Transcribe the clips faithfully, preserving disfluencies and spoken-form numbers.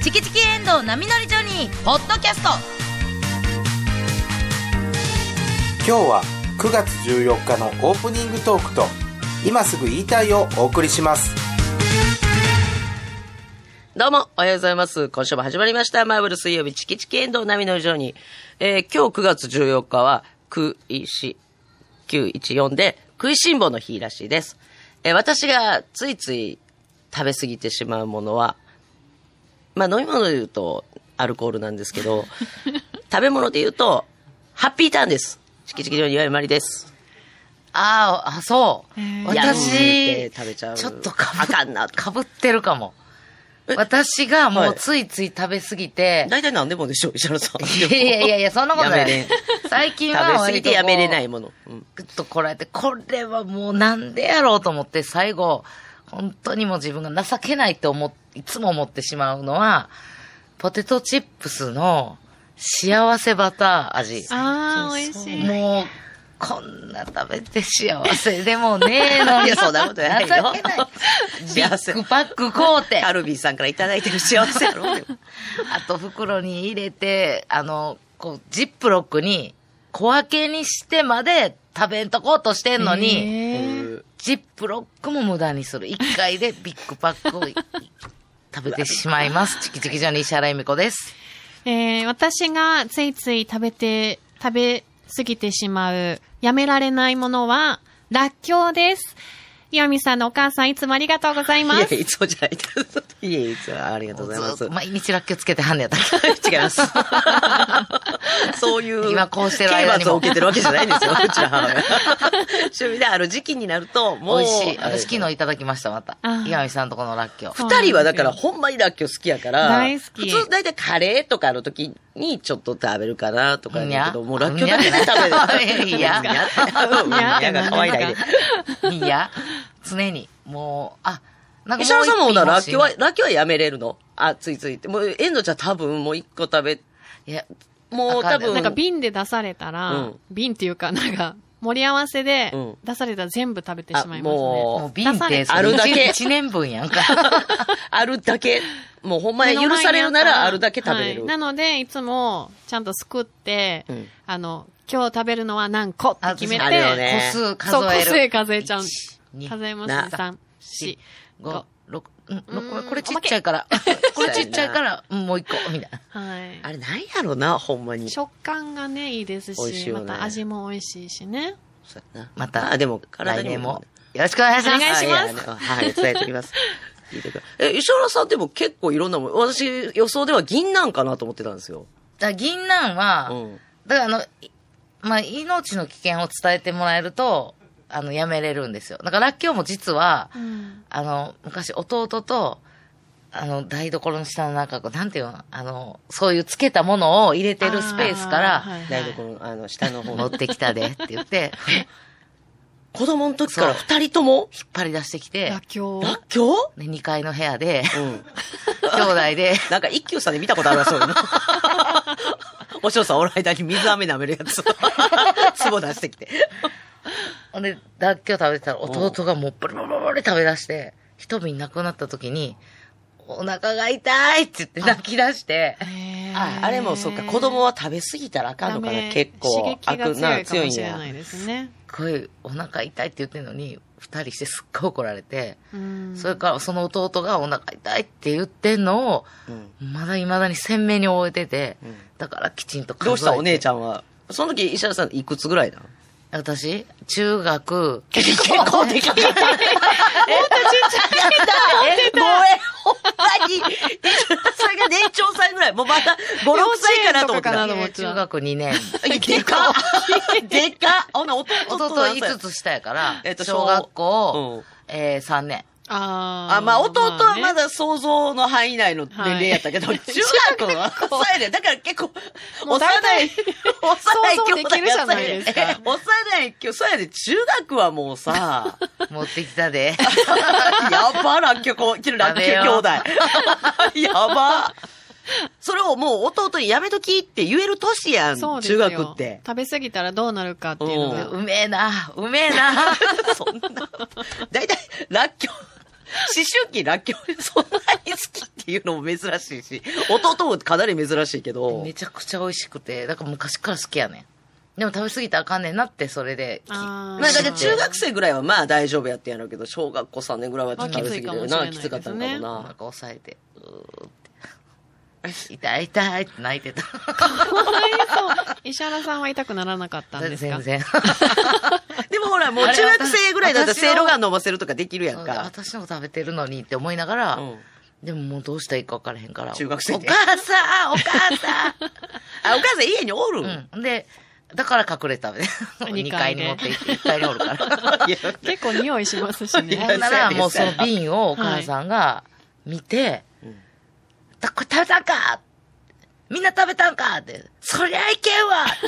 チキチキエンドウ波乗りジョニー」ポッドキャスト。 今日はくがつじゅうよっかのオープニングトークと今すぐ言いたいをお送りします。 どうもおはようございます。今週も始まりましたマーブル水曜日チキチキエンドウ波乗りジョニー、えー、今日くがつじゅうよっかはくいしきゅういちよんで食いしん坊の日らしいです。えー、私がついつい食べ過ぎてしまうものは、まあ飲み物で言うとアルコールなんですけど食べ物で言うとハッピーターンです。チキチキの岩井まりです。 ああ、そう。私、 食べちゃうちょっとかぶあかんなかぶってるかも。私がもうついつい食べ過ぎて。 大体何でもでしょ、石原さん。 いやいやいやいや、そんなことない。最近は食べ過ぎてやめれないもの。 ぐっとこらえて、これはもうなんでやろうと思って、最後、本当にもう自分が情けないって思っ、いつも思ってしまうのは、ポテトチップスの幸せバター味。 ああ、美味しい。 もう、こんな食べて幸せでもねえのに。 いや、そんなことないよ。 情けない。ビッグパック買うて。 カルビーさんからいただいてる幸せやろうよ。 あと袋に入れて、あの、こう、ジップロックに小分けにしてまで食べんとこうとしてんのに、ジップロックも無駄にする。一回でビッグパックを食べてしまいます。チキチキジョニー石原由美子です。 えー、私がついつい食べて、食べ過ぎてしまう、やめられないものは、らっきょうです。岩見さんのお母さん、いつもありがとうございます。 いや、いつもじゃないです。いや、いつもありがとうございます。 毎日らっきょうつけてはんねやったっけ違います。そういう。 今こうしてる間にも。 刑罰を受けてるわけじゃないんですよ、うちの母親。趣味である時期になると、もう。 美味しい。私昨日いただきました、また。岩見さんとこのらっきょう。 二人はだから、ほんまにらっきょう好きやから。 大好き。 普通、だいたいカレーとかの時にちょっと食べるかなとかやけど、もうらっきょうだけで食べる。 いや。 いや。いやが可愛いだけで。いや。常に。もう、あ、 なんか石原さんもほら、らっきょうは、らっきょうはやめれるの？あ、ついついて。もう、エンドちゃん多分もう一個食べ、いや、もう多分。 なんか瓶で出されたら、うん、瓶っていうか、なんか、盛り合わせで出されたら全部食べてしまいますね。 もう、もう瓶ってあるだけ。 一年分やんか。 あるだけ。もうほんまに許されるならあるだけ食べれる。 はい、なので、いつもちゃんとすくって、うん、あの、今日食べるのは何個って決めて、 ね、個数数える。 そう、個数数えちゃう。数えます。さん、し、ご、 ろく、うん、これ、これちっちゃいから。これちっちゃいから、もう一個、みたいな。 はい。 あれなんやろな、ほんまに。 食感がね、いいですし、また味も美味しいしね。 そうやな。 また、でも、来年も、よろしくお願いします。 お願いします。 はい、伝えておきます。え、石原さんでも結構いろんなもん、私予想では銀杏かなと思ってたんですよ。 だ銀杏は、だからあの、まあ、命の危険を伝えてもらえると、あの、やめれるんですよ。だかららっきょうも実は、うん、あの、昔弟と、あの、台所の下の中、なんていうの、あの、そういうつけたものを入れてるスペースから、 はいはい、台所の、あの、下の方持ってきたでって言って、 子供の時から二人とも引っ張り出してきて、 らっきょうらっきょうね、にかいの部屋で、うん、兄弟で、 なんか一休さんで見たことあるわ、そういうの。お嬢さんおる間に水飴舐めるやつ。壺出してきて。 ほんで、らっきょう食べてたら弟がもうブルブルブルブル食べ出して、一瓶なくなった時に、お腹が痛いって言って泣き出して、 あ, あ, あれもそうか、子供は食べ過ぎたらあかんのかな、結構。 刺激が強いかもしれないですね。 すごいお腹痛いって言ってるのに、二人してすっごい怒られて、それからその弟がお腹痛いって言ってんのを、うん、まだ未だに鮮明に覚えてて、うん、だからきちんと数えて。 どうしたお姉ちゃんは。その時石原さんいくつぐらいなの？ 私中学。 結構でかい。もっとちっちゃいんだ。え、ごめん。ほんまに。それが年長さんぐらい。もうまたご、ろくさいかなと思ってた。 中学にねん。 でかっ。でかっ。ほな、弟弟いつつ下やから、えっと、小学校、うん、えー、さんねん。 ああ、まあ、弟はまだ想像の範囲内の年齢やったけど、はい、中学はそうやで。だから結構、幼い、幼い兄弟じゃないですか。 幼い兄弟、そうやで、中学はもうさ、 持ってきたで。 やば、らっきょう、こう、らっきょう兄弟。やば。それをもう弟にやめときって言える年やん、中学って。 食べ過ぎたらどうなるかっていうのが。 うめえな、うめえな。 そんな。だいたい、らっきょう、 期らっきょうそんなに好きっていうのも珍しいし、弟もかなり珍しいけど。 めちゃくちゃ美味しくて、だから昔から好きやねん。でも食べ過ぎたらあかんねんなって、それで。 あーまあだから中学生ぐらいはまあ大丈夫やってやるけど、小学校さんねんぐらいはちょっと食べ過ぎてるな、きつかったんかもなんな。 か抑えて、うーって。痛い痛いって泣いてた。 かわいそう。石原さんは痛くならなかったんですか？ 全然。 でもほら、もう中学生ぐらいだったらせいろがん飲ませるとかできるやんか。 私の食べてるのにって思いながら、 うんでももうどうしたらいいか分からへんから。 中学生でお母さんお母さんあ、お母さん家におるうん。で、だから隠れたね。にかいに持って行って、いっかいにおるから。 いや結構匂いしますしね。 ほんなら、もうその瓶をお母さんが見て、 うんだこれ食べたんかみんな食べたんかって、そりゃいけんわ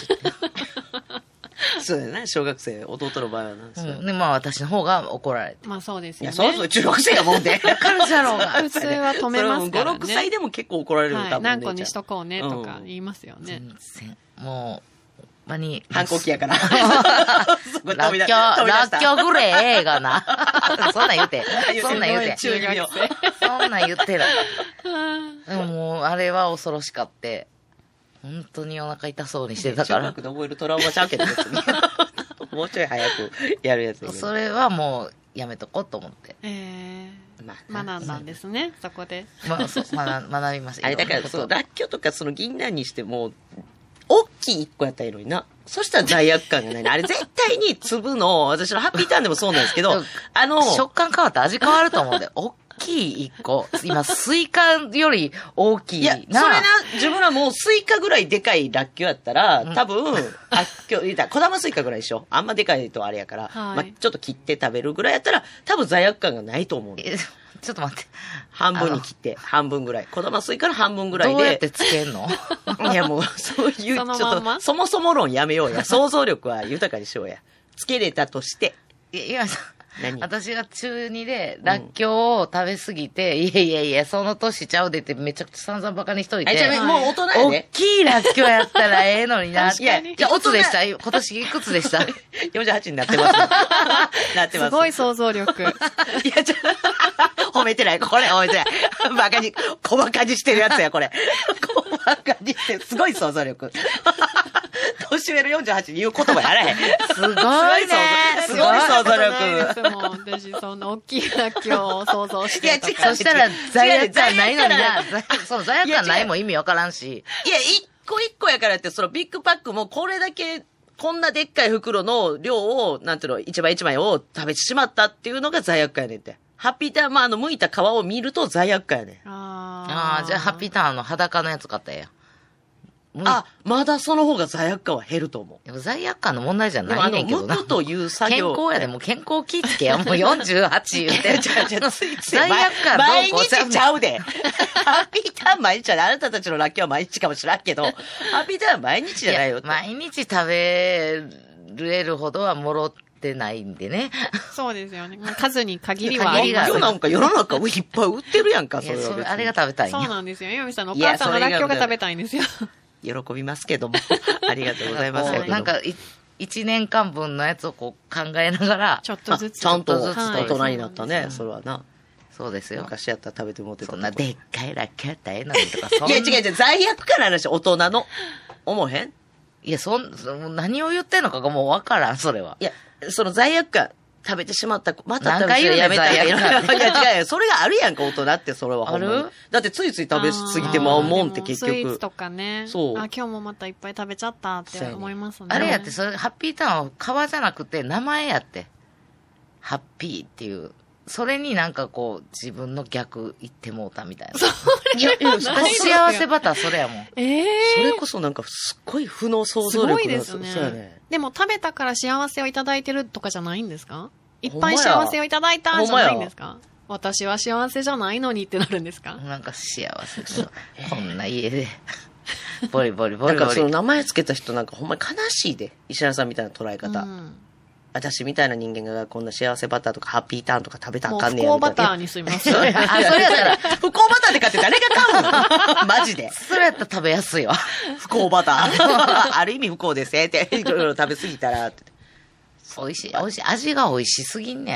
そうだよね、小学生、弟の場合はな。 うん。で、まあ私の方が怒られて。 まあそうですいや、 よね。 そうそう、中学生やもんで。 彼女やろうが。 普通は止めますからね。 ご、ろくさいでも結構怒られるよ、 はい、 多分。 何個にしとこうねとか言いますよね。 全然。もう、まに。 反抗期やから。そこらっきょう、 飛び出飛び出したらっきょうぐれええがな。そんなん言うて。 言うてそんなん言うて。 中二病。 そんなん言ってない。でももう、あれは恐ろしかって。本当にお腹痛そうにしてたから。 中学で覚えるトラウマちゃうけど、別に。もうちょい早くやるやつやけど。 それはもう、やめとこうと思って。 えまー、学んだんですね、そこで。 まあ、そう、学学びました。 あれだから、 そそうう、らっきょうとかその銀杏にしても、大きい一個やったらいいのにな。そしたら罪悪感がないな。あれ絶対に粒の、私のハッピーターンでもそうなんですけど、あの、 食感変わって味変わると思うんで、大きい一個。今、スイカより大きいな。 いや、それな、自分らもうスイカぐらいでかいらっきょうやったら、多分、あっきょう、言うたら、小玉スイカぐらいでしょ。あんまでかいとあれやから、 はいまあ、ちょっと切って食べるぐらいやったら、多分罪悪感がないと思うの。 えちょっと待って。 半分に切って、半分ぐらい。小玉スイカの半分ぐらいで。 どうやってつけんのいやもう、そういう、ちょそのっまんまと、そもそも論やめようや。想像力は豊かにしようや。つけれたとして。 いや、今さ、 何私が中にで、らっきょうを食べ過ぎて、いやいやいや、その年ちゃうでってめちゃくちゃ散々バカにしといて。 あ、じゃあ、もう大人や大で。 きいらっきょうやったらええのにな。 確かにいや、いくつでした今年いくつでしたよんじゅうはちになってます。なってます。 すごい想像力。 いや、ちょ、褒めてない。これ褒めてない。バカに、小バカにしてるやつや、これ。小バカにしてる。すごい想像力。年上のよんじゅうはちに言う言葉やらへん。 すごいね。 すごい想像ないです力。 もん。私、そんな大きいらっきょうを想像してとか。 いや違うそしたら罪悪感ないのにな違う違う。 罪そう、罪悪感ないもん意味わからんし。 いや、一個一個やからって、そのビッグパックもこれだけ、こんなでっかい袋の量を、なんていうの、一枚一枚を食べてしまったっていうのが罪悪感やねんって。ハッピーターン、まあ、あの、剥いた皮を見ると罪悪感やねん。 あああ、じゃあハッピーターンの裸のやつ買ったらええやん。 あ、まだその方が罪悪感は減ると思う。 でも罪悪感の問題じゃでもあの、 ないねんけどな。 剥くという作健業。 康やで、もう健康気ぃつけや。もうよんじゅうはち言うてる。 違う違うついつい罪悪感毎どうこうちゃう日ちゃうで。ハッピーターン毎日はね、あなたたちのラッキョウは毎日かもしらんけど、ハッピーターンは毎日じゃないよって。 毎日食べれるほどはもろってないんでね。 そうですよね。まあ数に限りはあ限りがります。 今日なんか世の中いっぱい売ってるやんか、 いや、 それは別に。 それ、あれが食べたいんそうよ。 なんですよ。ヨミさんのおいや母さんのらっきょうが食べたいんですよ。 喜びますけども。ありがとうございます。 こうなんか、い一年間分のやつをこう考えながら、 ちょっとずつ。 ちゃんとちょっとずつ大人になったね、それはな。 そうですよ。 昔やったら食べてもってたとこそんなでっかいラッキョウやったらええのにとか、そんいや、違う違う、罪悪感の話、大人の。思わへんいや、そん、その何を言ってんのかがもうわからん、それは。 いや、その罪悪感、食べてしまった、また食べ何回言うねんてやめたら罪悪感いや、違うよ。それがあるやんか、大人って、それはほんまに。 あるだってついつい食べ過ぎてまうもんって結局。 あーでもスイーツとかね。 そうあ、今日もまたいっぱい食べちゃったって思いますね。 あれやって、それ、ハッピーターンは皮じゃなくて名前やって。ハッピーっていう。それになんかこう、自分の逆言ってもうたみたいな。 いや、いや、そない幸せバターそれやもん。 ええそれこそなんかすっごい負の想す像力ごいですね。 そうやね。 でも食べたから幸せをいただいてるとかじゃないんですか？いっほんまやぱい幸せをいただいたじゃないんほんまやですか？私は幸せじゃないのにってなるんですか？ なんか幸せそう。こんな家で、ボリボリボなんかリボリ。 その名前つけた人なんかほんまに悲しいで。石原さんみたいな捉え方。 うん私みたいな人間がこんな幸せバターとかハッピーターンとか食べたらもうあかんね不幸バタやみたいな。 ーにすみます。 あ、それやったら、 不幸バターって買って誰が買うのマジで。 それやったら食べやすいわ。 不幸バター。ある意味不幸ですねって。いろいろ食べ過ぎたらって。 美味しい、美味しい。味が美味しすぎんねん。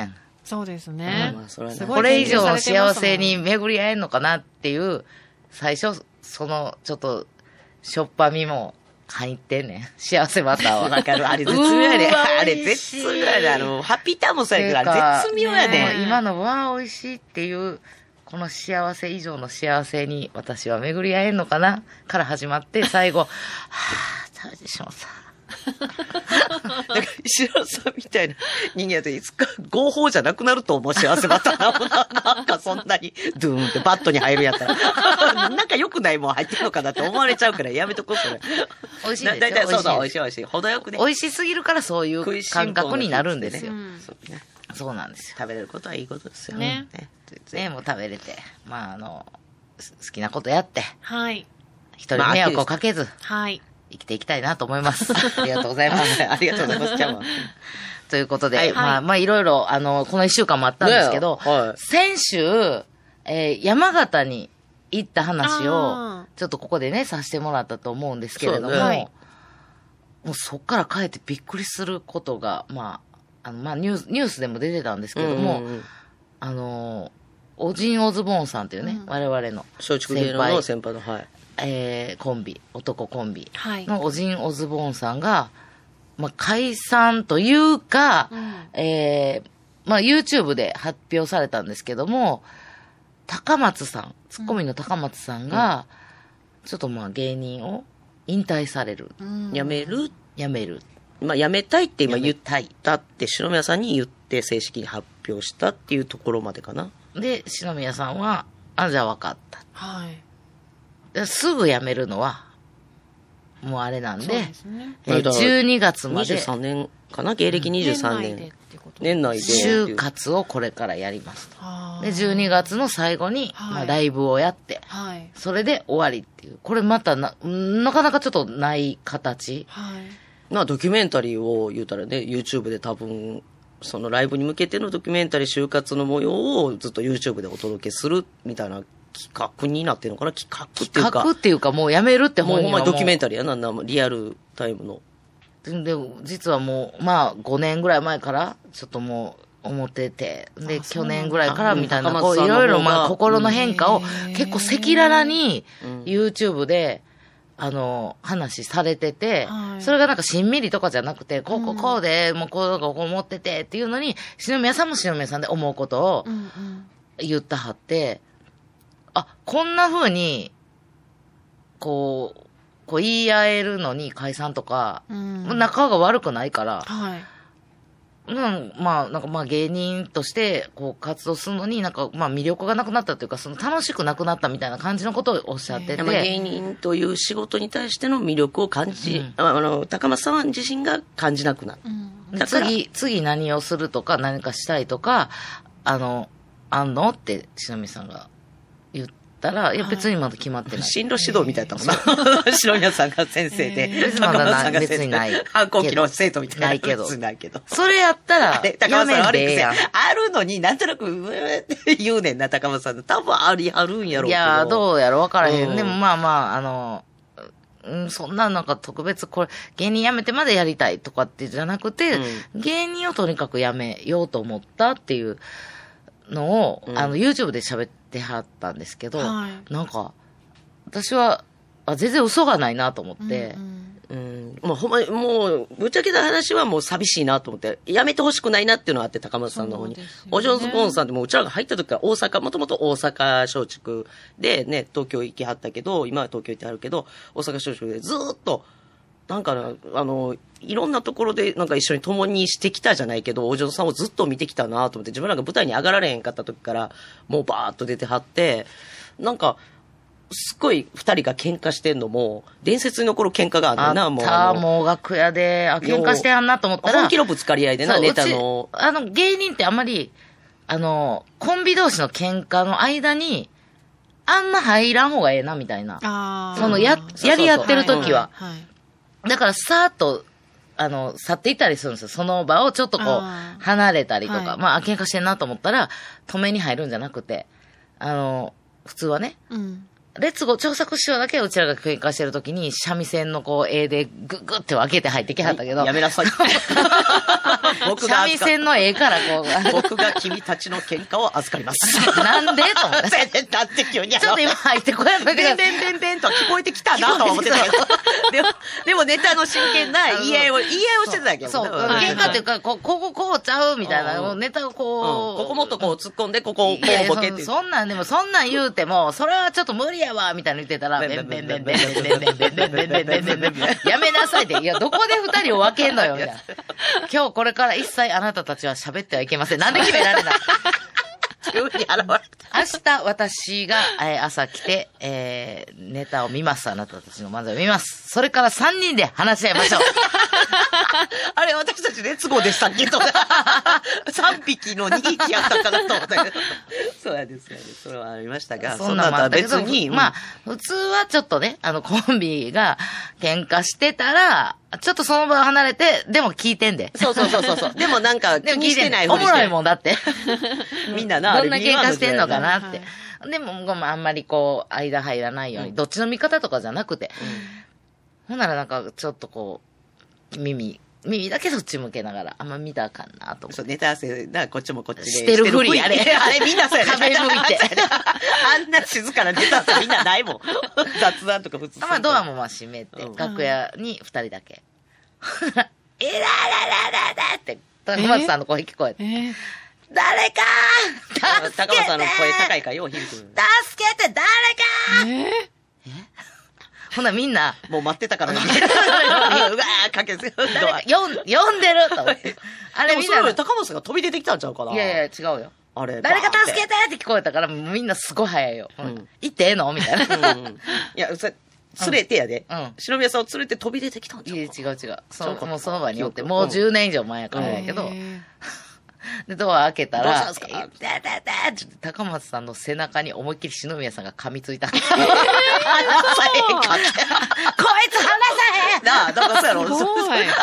そうですね。 まあそれはねすごいこれ以上の研究されてますもん幸せに巡り合えんのかなっていう、最初、その、ちょっと、しょっぱみも入ってんねん。幸せバターは。 わかる。あれ絶妙やね。 うわあれ美味しい絶妙やね。あの、ハッピーターンもそうやけど、あれ絶妙やもうね。 今のわー美味しいっていう、この幸せ以上の幸せに私は巡り合えんのかなから始まって、最後、はぁ、食べてしまった。 なんか、石原さんみたいな人間やといつか合法じゃなくなると思う幸せバターな。なんかそんなに、ドゥーンってバットに入るやったら。なんか良くないもん入ってるのかなって思われちゃうからやめとこう、それ。 美味しいですよ。 だいたいそうそう、美味しい。 い美味しい。程よくね。 美味しすぎるからそういう食いしん坊感覚になるんですよ。 ねそうねそうなんですよ。 食べれることはいいことですよねね、もう食べれて、まああの、す好きなことやって、 はい。 人に迷惑をかけず、 はい。 生きていきたいなと思います。ありがとうございます。 ありがとうございます、今日は。 ということで、 はいまあ、まあ、いろいろ、あの、この一週間もあったんですけど、 ねえはい先週、えー山形に行った話あを、ちょっとここでね、させてもらったと思うんですけれども、 そうねはいもうそっから帰ってびっくりすることが、まあ、あの、まあ、ニュース、ニュースでも出てたんですけども、 うんうんうんあの、オジン・オズボーンさんというね、 うん我々の松竹芸能の先輩の、はい。 えーコンビ、男コンビはい。 のオジン・オズボーンさんが、まあ、解散というか、 うんえーまあ、YouTube で発表されたんですけども、高松さん、ツッコミの高松さんが、ちょっとまあ芸人を引退される、 うん辞める辞める。 まあ、辞めたいって今言っ辞めたいたって、篠宮さんに言って正式に発表したっていうところまでかな。 で、篠宮さんは、あ、じゃあ分かった。 はい。 ですぐ辞めるのは、もうあれなんで、 そうですね。 えーじゅうにがつまにじゅうでさんねんかな芸歴にじゅうさんねん。 年内でってこと年内で。 就活をこれからやりますと。 あーで、じゅうにがつの最後に、 はいまあ、ライブをやって、 はい。 それで終わりっていう。これまたな、なかなかちょっとない形。 はい。 まあ、ドキュメンタリーを言うたらね、YouTube で多分、そのライブに向けてのドキュメンタリー就活の模様をずっと YouTube でお届けするみたいな企画になってるのかな企画っていうか。 企画っていうかもうやめるってもうほんま本人はもうにドキュメンタリーやな、なリアルタイムの。 で、実はもう、まあ、ごねんぐらい前から、ちょっともう、思ってて、で、 あそうなんだ去年ぐらいからみたいな、 あこう、い高松さんの方がろいろ、まあ、心の変化を、 うん結構赤裸々に、 うん YouTube で、あの、話されてて、 はいそれがなんかしんみりとかじゃなくて、こうこううんこうで、もうこうこうこう思っててっていうのに、篠宮さんも篠宮さんで思うことをうんうん。 言ったはって、あ、こんな風に、こう、こう言い合えるのに解散とか、 うん仲が悪くないから、 はい。 うん、まあ、なんかまあ芸人としてこう活動するのになんかまあ魅力がなくなったというか、その楽しくなくなったみたいな感じのことをおっしゃってて。 まあ芸人という仕事に対しての魅力を感じ、 うんああの、高松さんは自身が感じなくなる。 うん。 で次、次何をするとか何かしたいとか、あの、あんのって篠宮さんが言ったら、いや別にまだ決まってない。 進路指導みたいだったもんな。篠宮さんが先生で、 別にまだな高松さんが先生別にない反抗期の生徒みたいな。 ないけど別にないけど。 それやったらあれ、、高やめ松さん悪い癖んでええやん。 あるのになんとなく、うーって言うねんな、高松さん。多分ありあるんやろうけど。 いやー、どうやろ分からへん。 うんでもまあまあ、あの、うん、そんななんか特別これ、芸人辞めてまでやりたいとかってじゃなくて、芸人をとにかく辞めようと思ったっていうのを、 うんあの、YouTube で喋ってはったんですけど、 はいなんか、私は、あ、全然嘘がないなと思って、 うんうん。もうほんまに、もう、ぶっちゃけた話はもう寂しいなと思って、やめてほしくないなっていうのがあって、高松さんの方に。 そうですよねおジョンズボーンさんってもううちらが入った時から大阪、もともと大阪松竹でね、東京行きはったけど、今は東京行ってはるけど、大阪松竹でずーっと、なんかな、あの、いろんなところでなんか一緒に共にしてきたじゃないけど、お嬢さんをずっと見てきたなと思って、自分らが舞台に上がられへんかった時から、もうバーッと出てはって、なんか、すっごい二人が喧嘩してんのも、伝説に残る喧嘩があんねんな、 あもう。 った、 あのもう楽屋で、あ、喧嘩してはんなと思ったら、 本気のぶつかり合いでな、 そうネタうちの。 あの、芸人ってあんまり、あの、コンビ同士の喧嘩の間に、あんま入らん方がええな、みたいな。 あーその、や、 そうやり合ってる時は。 はいはいだから、さーっと、あの、去っていったりするんですよ。その場をちょっとこうあ、ー離れたりとか。 はいまあ、喧嘩してんなと思ったら、止めに入るんじゃなくて、あの、普通はね、 うん。 列語調作師匠だけうちらが喧嘩してるときに、三味線のこう、絵でグッグッって分けて入ってきはったけど。 やめなさい。僕が三味線の絵からこう。 僕が君たちの喧嘩を預かります。 なんでと思って。 だって急にちょっと今入ってこやんだけど。 ベンベンベンベンと聞こえてきたなとは思ってたけど。でも、でもネタの真剣な言い合いを、言い合いをしてたけど。 そう。喧嘩っていうか、ここここうちゃうみたいな、ネタをこう。 ここもっとこう突っ込んで、ここをこうボケってそんなんでも、そんなん言うても、それはちょっと無理やわ、みたいな言ってたら、ベンベンベンベンベンベンベンベンベンベンベンベンベンベンベンベンやめなさいって。いや、どこで二人を分けんのよ、みたいな。今日これから一切あなたたちは喋ってはいけません。なんで決められない？ 急に現れた。 明日私が、えー、朝来て、えー、ネタを見ます。あなたたちの漫才を見ます。それから三人で話し合いましょう。 あれ、私たち列語でしたっけと。三匹の二匹やったかなと思ったけど。そうやですよね。それはありましたが、 そんなんもあったけど、 別に、 まあ、普通はちょっとね、あの、コンビが喧嘩してたら、ちょっとその場を離れて、でも聞いてんで。 そうそうそうそう。でもなんか、気にしてないふりして。おもろいもんだって。 みんなな、 どんな喧嘩してんのかなって。でも、あんまりこう、間入らないように、どっちの味方とかじゃなくて。ほんならなんか、ちょっとこう、耳、耳だけそっち向けながら、あんま見たらあかんなと思って。 そう、ネタ合わせ、な、こっちもこっちで。 してるふり、あれ。 あれみんなそうやね。 壁向いて。 あんな静かなネタ合わせみんなないもん。雑談とか普通。 まあ、ドアもまあ閉めて、楽屋に二人だけ。えらららららって、高松さんの声聞こえて。誰かー助けて高松さんの声高いからよう響く。助けて誰かーえほなみんな。 もう待ってたからね。うわー、かけず。 呼ん、呼んでると思って。あれみんな。 高松さんが飛び出てきたんちゃうかな。 いやいや、違うよ。 あれ。 誰か助けてって聞こえたから、みんなすごい早いよ。いってええのみたいな。 いや、連れてやで。 うん。 篠宮さんを連れて飛び出てきたんちゃうか。 いや、違う違う。そう、もうその場におって、もうじゅうねん以上前やからやけど。で、ドア開けたら、 どうしたんすか？ いたたたって高松さんの背中に思いっきり篠宮さんが噛みついた。 離さへんか。 こいつ離さへんなあ、だからそうやろ。 すごい。 誰か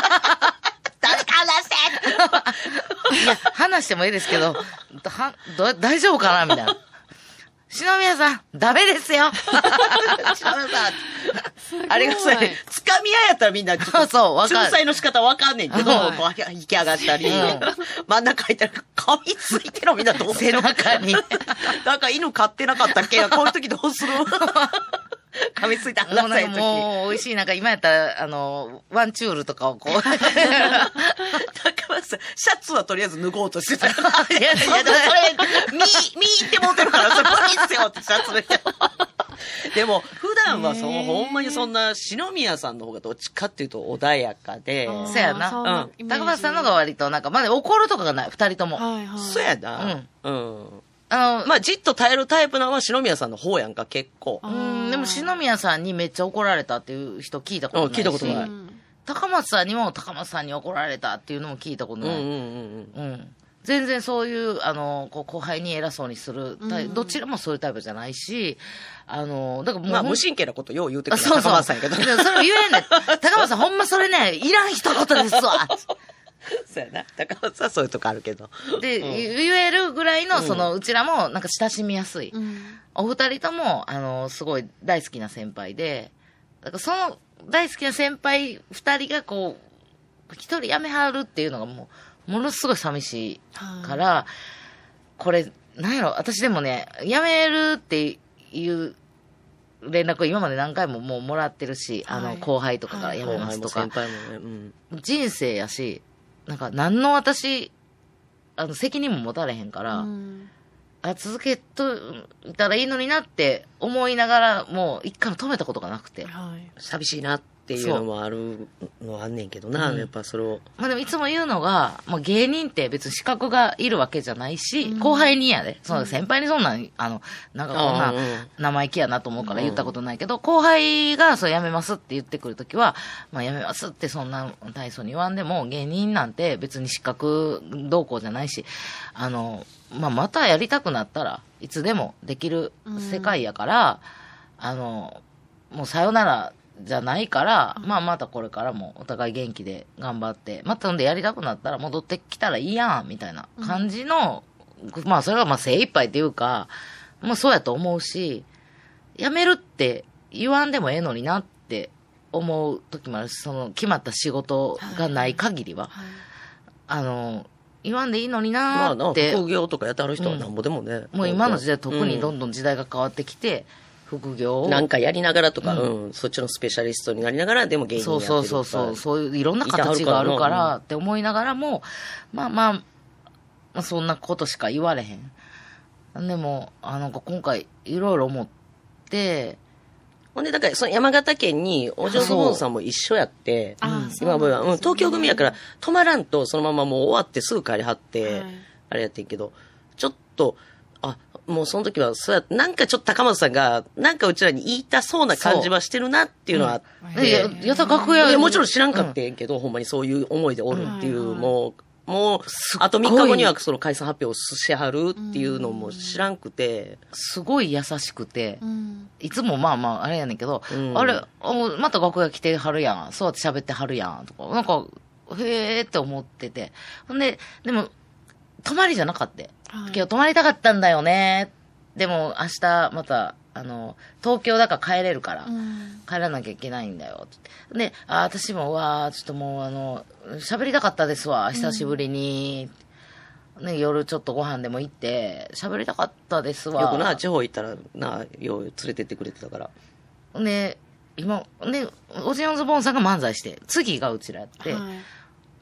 話せいや、話してもいいですけど、は、ど、大丈夫かなみたいな。篠宮さん、ダメですよ。 篠宮さん。あれがさ、つかみ合いやったらみんな、 そうそう、わかる。 仲裁の仕方わかんねんけど、こう、引き上がったり、真ん中入ったら、噛みついてるみんなどうする背中に。 なんか犬飼ってなかったっけこういう時どうする噛みついた話さい時。 もう、美味しい。なんか今やったら、あの、ワンチュールとかをこう。高松さん、シャツはとりあえず脱ごうとしてた。いやいや、それ、 み、みーって持ってるから、それいいっすよってシャツ脱いで。でも、普段はそう、ほんまにそんな、篠宮さんの方がどっちかっていうと穏やかで。 そうやな。うん。高松さんのが割と、なんか、まだ怒るとかがない、二人とも。 はいはい。 そうやな。うん。うん。 あの、まあ、じっと耐えるタイプなのは篠宮さんの方やんか、結構。 うん、でも篠宮さんにめっちゃ怒られたっていう人聞いたことないし。 聞いたことない。 高松さんにも高松さんに怒られたっていうのも聞いたことない。うんうんうんうん。うん。全然そういう、あの、こう後輩に偉そうにする、うん、どちらもそういうタイプじゃないし、あの、だからもう。 まあ、無神経なことよう言うてくるそうそう高松さんやけど。 それを言えんねん。高松さんほんまそれね、いらん一言ですわ。 そうやな。高松はそういうとこあるけど。 で、うん、言えるぐらいの、その、うちらも、なんか親しみやすい。うん、お二人とも、あの、すごい大好きな先輩で、だからその大好きな先輩二人がこう、一人辞めはるっていうのがもう、ものすごい寂しいから、はこれ、なんやろ、私でもね、辞めるっていう連絡を今まで何回ももうもらってるし、はい、あの、後輩とかから辞めますとか、はい、先輩もね、うん、人生やし、なんか何の私、あの、責任も持たれへんから、うん、あ、続けといたらいいのになって思いながら、もう一回も止めたことがなくて。 はい、寂しいなっていうのもあるのはあんねんけどな、うん、やっぱそれを。 まあでもいつも言うのが、まあ芸人って別に資格がいるわけじゃないし、うん、後輩にやで、その先輩にそんな、あの、なんかこんな生意気やなと思うから言ったことないけど、うん、後輩がそう辞めますって言ってくるときは、まあ辞めますってそんな大層に言わんでも、芸人なんて別に資格どうこうじゃないし、あの、まあまたやりたくなったらいつでもできる世界やから、うん、あの、もうさよなら、じゃないから、まあまたこれからもお互い元気で頑張って、またんでやりたくなったら戻ってきたらいいやん、みたいな感じの、うん、まあそれがまあ精一杯っていうか、まあそうやと思うし、 辞めるって言わんでもええのになって思う時もあるし、その決まった仕事がない限りは、はいはい、あの、言わんでいいのになーって。 まあ、副業とかやってはる人はなんぼでもね、 うん。もう今の時代特にどんどん時代が変わってきて、うん、副業を。 なんかやりながらとか、うん、うん、そっちのスペシャリストになりながらでも芸人やってるとか。 そうそうそうそう、そういういろんな形があるからって思いながらも、まあまあ、まあ、そんなことしか言われへん。でも、あの、今回いろいろ思って、 ほんで、だから、その山形県に、お嬢ボンさんも一緒やって、今は、うん、東京組やから、泊まらんと、そのままもう終わってすぐ帰りはって、はい、あれやってんけど、ちょっと、あ、もうその時は、そうや、なんかちょっと高松さんが、なんかうちらに言いたそうな感じはしてるなっていうのはあって。 いや、やた楽屋。 いや、もちろん知らんかってんけど、うん、ほんまにそういう思いでおるっていう、うん、もう、もう、あとみっかごにはその解散発表をしはるっていうのも知らんくて。 すごい優しくて、うん、いつもまあまああれやねんけど、うん、あれ、また楽屋来てはるやん、そうやって喋ってはるやん、とか、なんか、へーって思ってて。ほんで、でも、泊まりじゃなかった。はい、今日泊まりたかったんだよね。でも明日また、あの、東京だから帰れるから、うん、帰らなきゃいけないんだよ。で、あ、私も、わー、ちょっともう、あの、喋りたかったですわ、久しぶりに。うん、ね、夜ちょっとご飯でも行って、喋りたかったですわ。 よくな、地方行ったら、な、よう連れてってくれてたから。 ね、今、ね、オジオンズボーンさんが漫才して、次がうちらやって、はい、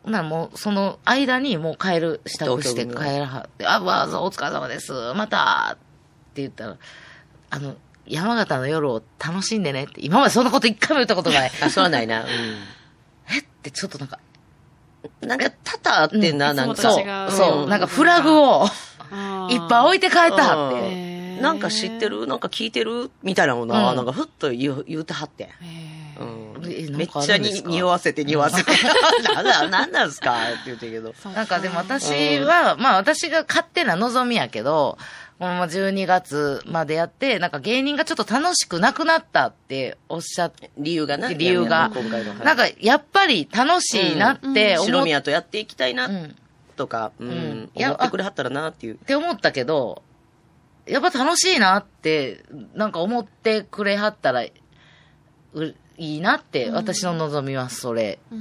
なもう、その間にもう帰る、支度して帰らはって、あ、わざお疲れ様です、またって言ったら、あの、山形の夜を楽しんでねって、今までそんなこと一回も言ったことない。 あ、そうはないな。うん、 えってちょっとなんか、 なんか多々あってんな、うん、なんか。 そう、そう、なんかフラグをいっぱい置いて帰ったはって。 なんか知ってるなんか聞いてるみたいなものは、うん、なんかふっと言う、言うてはって。うん、めっちゃに匂わせて匂わせて。なんだ、なんなんすかって言ってるけど。 なんかでも私は、まあ私が勝手な望みやけど、このじゅうにがつまでやって、なんか芸人がちょっと楽しくなくなったっておっしゃって、 理由がな、 理由が。今回のなんかやっぱり楽しいなって思って、うん、 白宮とやっていきたいな、とか、うん、うん、思ってくれはったらなっていう。 って思ったけど、やっぱ楽しいなって、なんか思ってくれはったら、ういいなって、私の望みはそれ、 うん、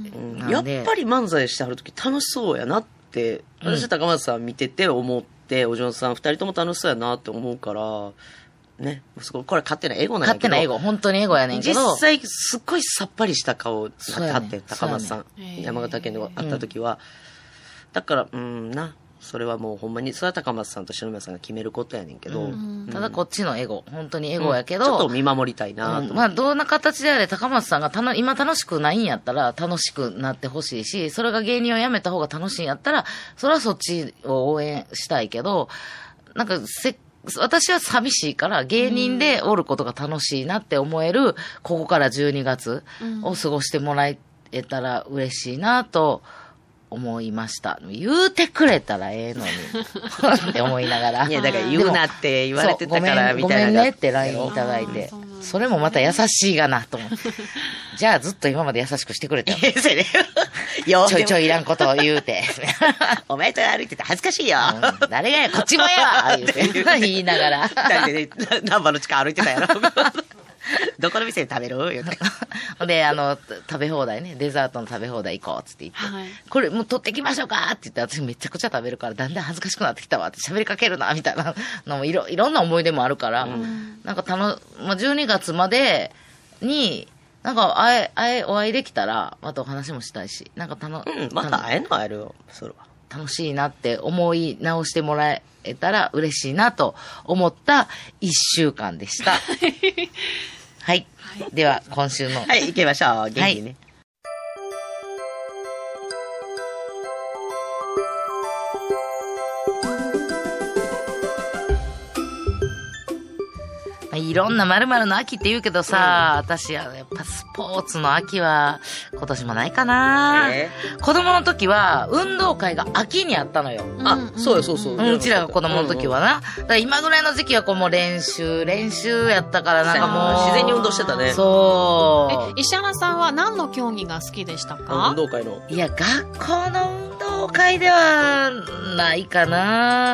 やっぱり漫才してはるとき楽しそうやなって、私高松さん見てて思って、で、お嬢さん二人とも楽しそうやなって思うから、ね。これ勝手なエゴなんやけど。 勝手なエゴ。本当にエゴやねんけど。 実際、すっごいさっぱりした顔になってはって、ね、高松さん。ね、山形県で会った時は。うん、だから、うんな。それはもうほんまに、それは高松さんと篠宮さんが決めることやねんけど。うんうん、ただこっちのエゴ。本当にエゴやけど。 うん、ちょっと見守りたいなと、 うん。まあ、どんな形であれ、高松さんがたの今楽しくないんやったら、楽しくなってほしいし、それが芸人を辞めた方が楽しいんやったら、それはそっちを応援したいけど、なんかせ、私は寂しいから芸人でおることが楽しいなって思える、ここからじゅうにがつを過ごしてもらえたら嬉しいなと思いました。言うてくれたらええのに。って思いながら。 いや、だから言うなって言われてたからみたいな。 ごめんねって ライン いただいて。それもまた優しいがなと思って。じゃあずっと今まで優しくしてくれたよ。ちょいちょいいらんことを言うて。 お前と歩いてて恥ずかしいよ。 うん、誰がや、こっちもや言うて。言いながら。 二人でね、ナンバーの地下歩いてたやろ。どこの店で食べる言うて。 で、あの、食べ放題ね、デザートの食べ放題行こうっつって言って、はい、これもう取ってきましょうかって言って、私めちゃくちゃ食べるから、だんだん恥ずかしくなってきたわって喋りかけるな、みたいなのもいろ、いろんな思い出もあるから、うん、なんかたの、まあ、じゅうにがつまでに、なんか、あえ、あえ、お会いできたら、またお話もしたいし、なんかたの、 うん、また会えんの会えるよ、それは。 楽しいなって思い直してもらえたら嬉しいなと思った一週間でした。はい。はい。では、今週の。 はい、行きましょう。元気にね。はいいろんな〇〇の秋って言うけどさ、うん、私はやっぱスポーツの秋は今年もないかな、えー、子供の時は運動会が秋にあったのよ。 うん、あ、そうよそうそう。 うん、うちらが子供の時はな。だから今ぐらいの時期はこうもう練習、練習やったからなんかもう。 自然に運動してたね。 そう。 え、石原さんは何の競技が好きでしたか？ 運動会の。 いや、学校の運動会ではないかな。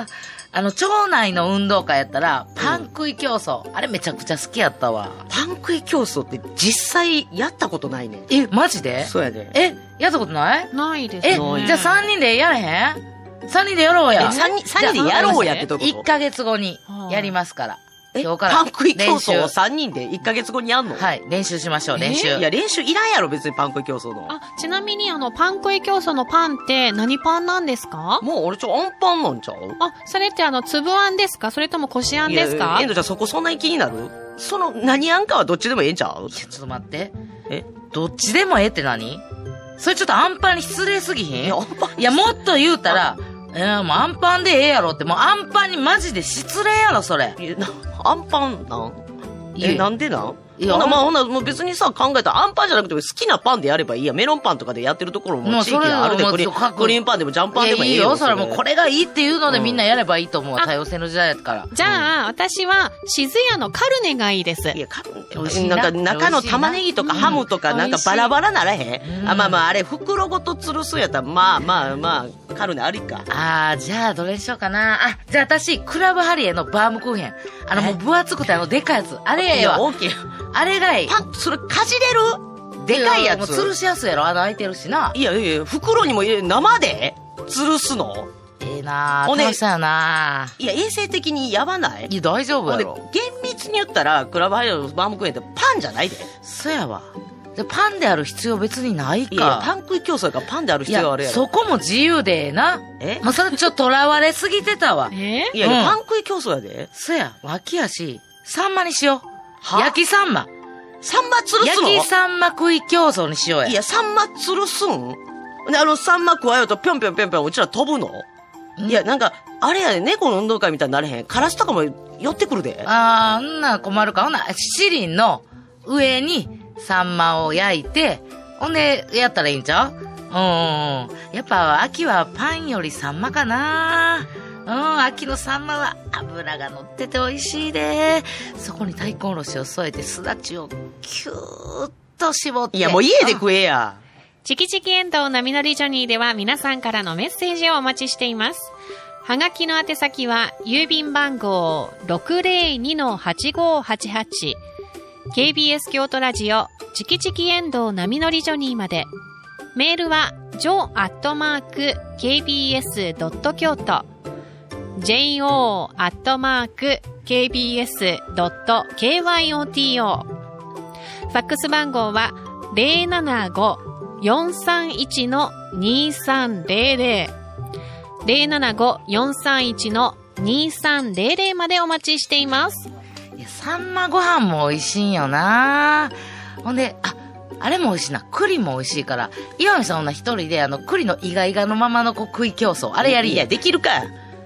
あの、町内の運動会やったら、パン食い競争。うん、あれめちゃくちゃ好きやったわ。 パン食い競争って実際やったことないね。 え、マジで？ そうやで。 え、やったことない？ ないですえ、 ね。 じゃあさんにんでやれへん？ さん 人でやろうや。 え、さんにん、さんにんでやろうやってどういうこと？ いっかげつごにやりますから。 え、 今日からパン食い競争をさんにんでいっかげつごにやんの？ はい、練習しましょう、練習。 いや、練習いらんやろ、別にパン食い競争の。 あ、ちなみにあの、パン食い競争のパンって何パンなんですか？ もう俺ちょ、あんパンなんちゃう？ あ、それってあの、粒あんですか？それともこしあんですか？ いや、エンドちゃんそこそんなに気になる？その、何あんかはどっちでもええんちゃう？ いや、ちょっと待って。 え？ どっちでもええって何？それちょっとアンパンに失礼すぎひん？ いや、アンパン。 いや、もっと言うたら、えー、もうアンパンでええやろって、もうアンパンにマジで失礼やろ、それ。 いや、な、アンパンなんえ、 いやなんでなんいやほな、まあ、ほな、もう別にさ、考えたら、アンパンじゃなくても好きなパンでやればいいや。メロンパンとかでやってるところも地域であるで、クリーン、クリーンパンでもジャンパンでもいいよ。 いいよ、それもうこれがいいっていうのでみんなやればいいと思うわ、多様性の時代やから。 じゃあ、私は、静谷のカルネがいいです。 いや、カル美味しいななんか中の玉ねぎとかハムとかなんかバラバラならへん、 うん、 あ、まあまあ、あれ、袋ごと吊るすやったら、まあまあまあ、カルネありか。 あー、じゃあどれにしようかな。あ、じゃあ私、クラブハリエのバームクーヘン。あのもう分厚くてあのでかいやつ。あれええわ。 いや、大きい。 あれがいい。 パン、それかじれるでかいやつ。 もう吊るしやすいやろ、穴開いてるしな。 いやいやいや、袋にも入れ、生で吊るすのええなぁ。 ほんで楽しそうやなぁ。 いや、衛生的にやばない？ いや、大丈夫やほんで、 ろ。 厳密に言ったら、クラブハイのバームクーヘンってパンじゃないで。 そうやわ。でパンである必要別にないか。 いや、パン食い競争やからパンである必要あるやろ。 そこも自由でええな。 えもうそれちょっと囚われすぎてたわ。 えいやいや、 うんパン食い競争やで。 そや、脇やし、サンマにしよう。 は焼きサンマ。 サンマ吊るす焼の？ きサンマ食い競争にしようや。 いや、サンマ吊るすんで、あの、サンマ食わようとぴょんぴょんぴょんぴょんうちら飛ぶの？いや、なんか、あれやで、猫の運動会みたいになれへん。カラスとかも寄ってくるで。 あー、んな困るか。ほんな、七輪の上にサンマを焼いて、ほんで、やったらいいんちゃう？うん。やっぱ、秋はパンよりサンマかな。うん、秋のサンマは脂が乗ってて美味しいで。そこに大根おろしを添えて、すだちをキューッと絞って。 いや、もう家で食えや。 チキチキエンドウ波乗りジョニーでは皆さんからのメッセージをお待ちしています。はがきの宛先は、郵便番号 ろくまるにのはちごはちはち、ケービーエス 京都ラジオ、チキチキエンドウ波乗りジョニーまで。メールは、ジョー アットマーク ケービーエス ドット 京都、ジェイオー アットマーク ケービーエス ドット ケーワイオーティーオー。ファックス番号は、ゼロななご よんさんいちのにさんゼロゼロ。ゼロななご よんさんいちのにさんゼロゼロまでお待ちしています。 いや、サンマご飯も美味しいんよな。ほんで、あ、あれも美味しいな。栗も美味しいから、岩見さんは一人であの、栗のイガイガのままのこう食い競争。あれやり。 いや、できるか。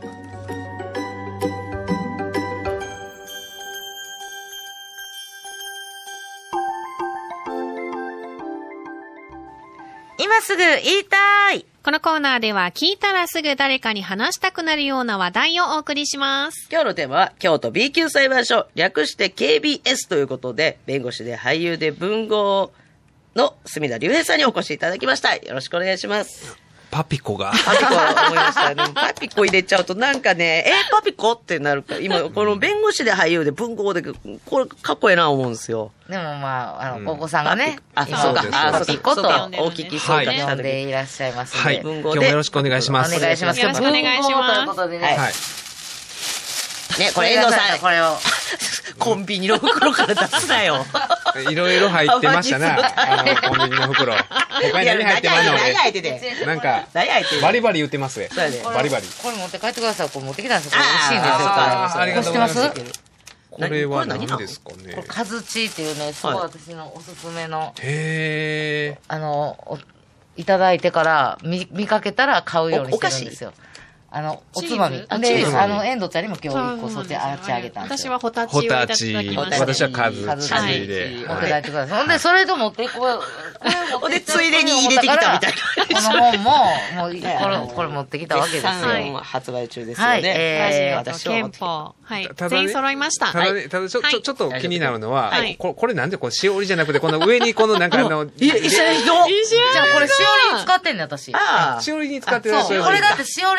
今すぐ言いたい。 このコーナーでは聞いたらすぐ誰かに話したくなるような話題をお送りします。 今日のテーマは、京都 ビー 級裁判所、略して ケービーエス ということで、弁護士で俳優で文豪の隅田隆平さんにお越しいただきました。よろしくお願いします。 パピコが。 パピコ思いましたね。パピコ入れちゃうとなんかね、えー、パピコってなるから、今、この弁護士で俳優で文豪で、これかっこええな思うんですよ。 でもまあ、あの、お子さんがね、 あ、 今そうか。あ、 パピコとお聞きそうかした呼ん時でいらっしゃいますので。 はい。今日もよろしくお願いします。 お願いします。 よろしくお願いします文豪ということでね。 はい。ね、これ遠藤さん、 これを。 コンビニの袋から出すなよ。 いろいろ入ってましたな。あの、コンビニの袋。他に何入ってまんの何入ってで。 て。 なんか、 何入ってて。 バリバリ言ってますね。 そうやでバリバリ。 これ持って帰ってください。これ持ってきたんですよ。これ美味しいんですよ。 あーありがとうございます知ってますこれは何これ何ですかね。 これ、カズチっていうね、すごい私のおすすめの、 へあの、おいただいてから見、見かけたら買うようにしてるんですよ。あの、おつまみ。 チーズで、 チーズあの、遠藤ちゃんにも今日一個そっちあっちあげたんですよ。 私はホター。ホチをいただタチ。 きました。 私はカズカズチチで。 持って帰ってください。ほんで、それと持ってこう、 ほんでついでに入れてきたみたいなこの本も、もう、これ、これ持ってきたわけですよ。 絶賛発売中ですよはいね。 えーラジオと憲法。はい。 ただね全員揃いました。 ただね、ただちょ、ちょ、ちょっと気になるのははい、 ここれなんでこれしおりじゃなくて、この上にこのなんかあの、 いや、一緒の人。 じゃあ、これ、しおりに使ってんねん、私。 あしおりに使ってらっしゃる。 これだってしおりに使ってんねん。これ、これ持って帰ってください。これ持って帰ってください。ほんで、それと持ってきたわけですよ。 これ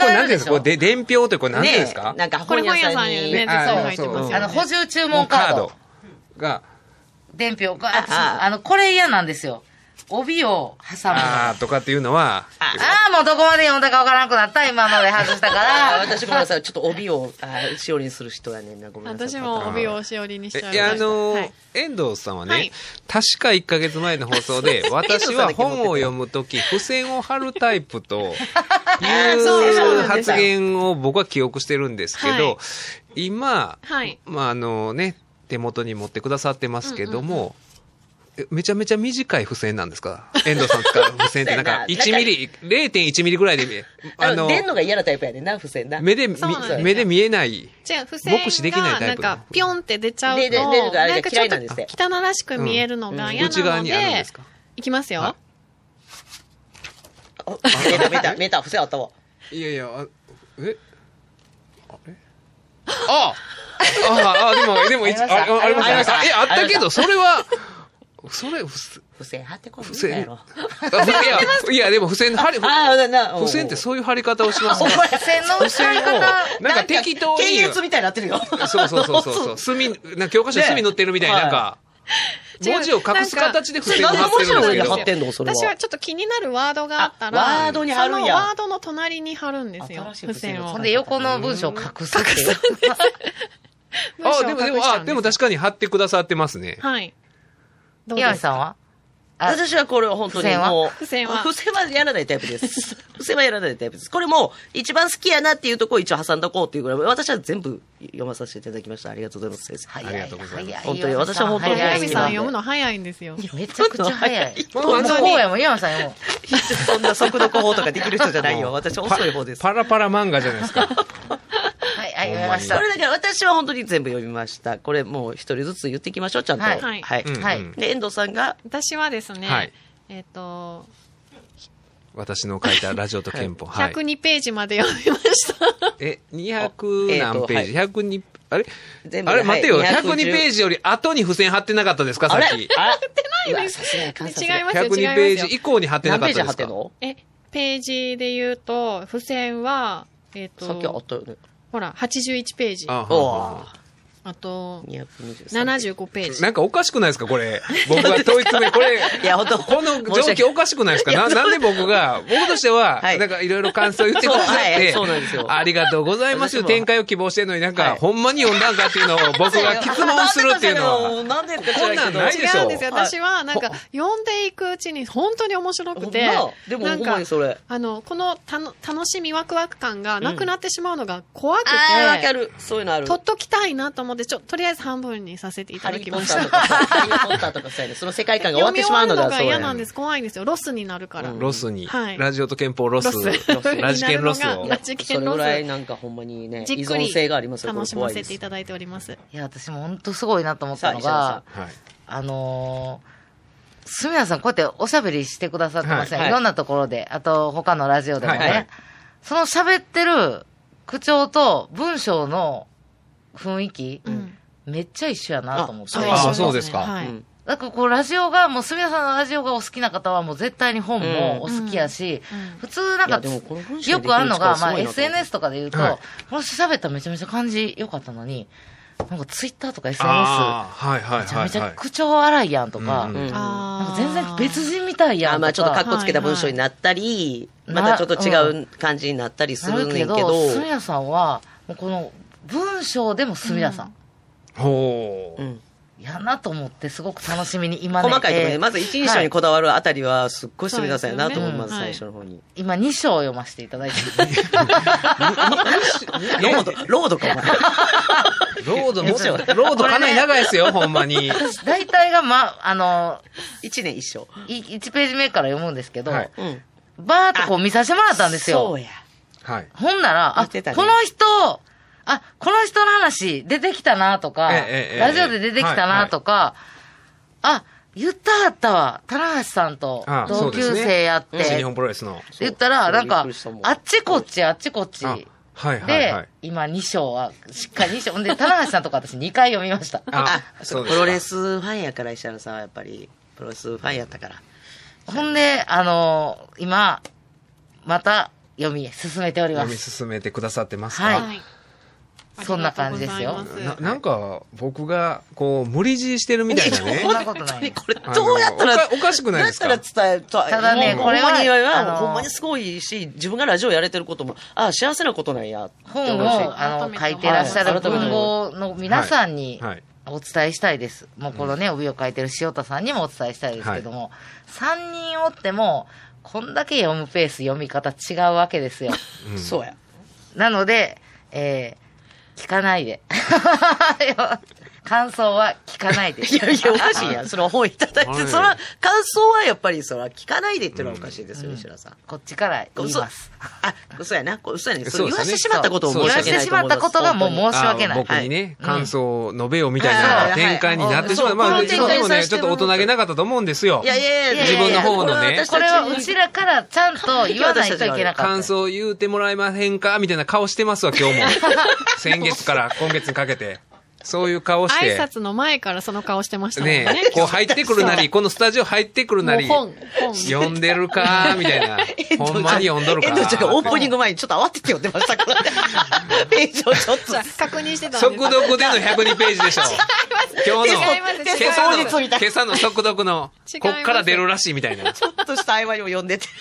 なんていうんですか、これで伝票ってこれなんていうんですか、 ね、なんかこれ本屋さんにね、絶対入ってますよね。 あの、補充注文カードが、 伝票が、あ, あの、これ嫌なんですよ。帯を挟む。 あーとかっていうのは、 ああ、もうどこまで読んだかわからなくなった、今ので外したから。 私ごめんなさい、ちょっと帯をあしおりにする人やねんな、ごめんなさい。 私も帯をしおりにしちゃいました。 いや、あのーはい、 遠藤さんはね、 はい、 確かいっかげつまえの放送で、私は本を読むとき、付箋を貼るタイプという発言を僕は記憶してるんですけど、はい、今、はい、まあ、あのね、手元に持ってくださってますけども、うんうんうん、めちゃめちゃ短い付箋なんですか、遠藤さん使う付箋ってなんかいちミリ、れいてんいちミリぐらいで見え、 あの、出んのが嫌なタイプやねんな、付箋な。 目で、目で見えない。 違う、付箋目視できないタイプ。 なんか、ピョンって出ちゃうと、 で、で、出るがあれが嫌いなんですって。 汚らしく見えるのが嫌なので、 内側にあるんですか。 いきますよ。あ、 見えた、見えた、見えた、付箋あったわ。 いやいや、えあれあああ、でも、でも、あ、ありました。え、あったけど、それは、それ、付箋貼ってこんのやろ。 いや、いや、でも付箋貼り、 ああ、な、 付箋ってそういう貼り方をしますね。 付箋の付箋を、なんか適当に。 検閲みたいになってるよ。 そうそうそうそう。墨、なんか教科書に墨塗ってるみたいな、なんか、文字を隠す形で付箋を貼ってるんですけど。 貼ってんのそれは。 私はちょっと気になるワードがあったら、 ワードに貼るんや。 そのワードの隣に貼るんですよ。付箋を。 ほんで横の文章を隠すっていう。 あ、でも、でも、あ、でも確かに貼ってくださってますね。 はい。 岩見さんは私はこれは本当にもう、 付箋は付箋はやらないタイプです。付箋はやらないタイプです。これも一番好きやなっていうところを一応挟んどこうっていうぐらい、私は全部読まさせていただきました。ありがとうございます、先生。 ありがとうございます。 本当に、私は本当に。 岩見さん読むの早いんですよ。 めちゃくちゃ早い。本当に。やもん、岩見さん読む。 そんな速読法とかできる人じゃないよ。私遅い方です。 パラパラ漫画じゃないですか。 はい、読みました。 これだから私は本当に全部読みました。これもう一人ずつ言っていきましょう、ちゃんと。はい。 はい。 はい。で、遠藤さんが私はですね、はい、えっと、 私の書いたラジオと憲法。 ひゃくにページまで読みました。 え、にひゃく何ページ ?ひゃくに、あれあれ待てよ。ひゃくにページより後に付箋貼ってなかったですかさっき。 貼ってないです。違いますよ。 ひゃくにページ以降に貼ってなかったですか。 何ページ貼ってんの？ え、ページで言うと、付箋は、えっと、 さっきあったよね。 ほら、はちじゅういちページ。 ああ。 あと、ななじゅうごページ。 なんかおかしくないですかこれ。僕が問い詰め、これ、いや、本当この状況おかしくないですかななんで僕が、僕としては、なんかいろいろ感想言ってくださって、ありがとうございますよ。展開を希望してるのになんか、ほんまに読んだんかっていうのを僕が質問するっていうのは。 なんでこんなんないでしょ。 違うんですよ。私は、なんか、読んでいくうちに本当に面白くて、 なんか、 あの、このたの楽しみワクワク感がなくなってしまうのが怖くて、 ああ、わかる。そういうのある。 取っときたいなと思って、ちょ、とりあえず半分にさせていただきました。 ハリーポッターとかさ、その世界観が終わってしまうのがそうや。 読み終わるのが嫌なんです。怖いんですよ。ロスになるから。 ロスに。ラジオと憲法ロス。ラジケンロスを。 ラジケンロス。 それぐらいなんかほんまにね、依存性がありますよ。 楽しませていただいております。 いや、私も本当すごいなと思ったのが、あのー、すみやさんこうやっておしゃべりしてくださってますね。いろんなところで。あと他のラジオでもね。その喋ってる口調と文章の雰囲気、めっちゃ一緒やなと思って。 ああ、そうですか。 はい。だからこう、ラジオが、もう、すみやさんのラジオがお好きな方は、もう絶対に本もお好きやし、普通なんか、よくあるのが、まあ、エスエヌエス とかで言うと、この人喋ったらめちゃめちゃ感じ良かったのに、なんかツイッターとか エスエヌエス、めちゃめちゃ口調荒いやんとか、なんか全然別人みたいやんとか。 まあちょっとカッコつけた文章になったり、またちょっと違う感じになったりするんだけど。 すみやさんは、もうこの文章でもすみやさん。 ほう。 やなと思ってすごく楽しみに今ね。 細かいところで、まず一人称にこだわるあたりはすっごいすみださんやなと思います、最初の方に。 今に章読ませていただいてる。 ロード、ロードかお前。 ロードも、ロードかなり長いですよ、ほんまに。 大体がま、あの、 一年一章。 いちページ目から読むんですけど、バーっとこう見させてもらったんですよ。 そうや。 はい。 ほんなら、あ、この人、あ、この人の話出てきたなとか、ラジオで出てきたなとか、あ、言ったはったわ。棚橋さんと同級生やって。 新日本プロレスの。 言ったら、なんか、あっちこっちあっちこっち。 はいはいはい。 で、今に章は、しっかりに章。で、棚橋さんとか私にかい読みました。 あ、そうプロレスファンやから石原さんはやっぱり、プロレスファンやったから。 ほんで、あの、今、また、 読み進めておりま読みす。 進めてくださってますか？ はいはい。 そんな感じですよありがとうございますななんか、僕が、こう、無理強いしてるみたいなね。 そんなことない。 これどうやったら、 あのおかおかしくないですか？ どうやったら伝えたい。 ただねもうこれはほんまに、 あのほんまにすごいし、自分がラジオやれてることも、ああ、幸せなことなんやって本思うし。 を、あの、 改めて書いてらっしゃるはい文豪の皆さんにはいはいお伝えしたいです。もうこのね、帯を書いてる塩田さんにもお伝えしたいですけども、さんにんおっても、こんだけ読むペース、読み方違うわけですよ。 うんそうや。 なので、えー、聞かないで。感想は聞かないで。 いやいや、おかしいやん。その本いただいて、 はいその感想はやっぱり、それは聞かないでっていうのはおかしいですよ、石田さん。 こっちから言います。 あ、嘘やな。こ嘘やね。そそうですねれ言わせてしまったことを申し言わ訳ないと思います。 せてしまったことがもう申し訳ない。 あ僕にね、 はい感想を述べようみたいはいな展開になってしまう。 はいまあ、 そうでもね、 この展開にさせちょっと大人げなかったと思うんですよい。やいやいや、 自分の方のねこれはうちらからちゃんと言わないといけなかった。 感想言うてもらえませんかみたいな顔してますわ、今日も。先月から今月にかけて。そういう顔して。 挨拶の前からその顔してましたもんね。 ねえ、こう入ってくるなり、このスタジオ入ってくるなり、 もう本本読んでるかみたいな。ほんまに読んどるかえっと、ちょっとオープニング前にちょっと慌てて読んでましたから。ページをちょっと。 確認してたんです。 速読でのひゃくにページでしょ。今日の、 違います今違います朝の、 違います今朝の速読の、 違いますこっから出るらしいみたいな。 ちょっとした合間にも読んでて。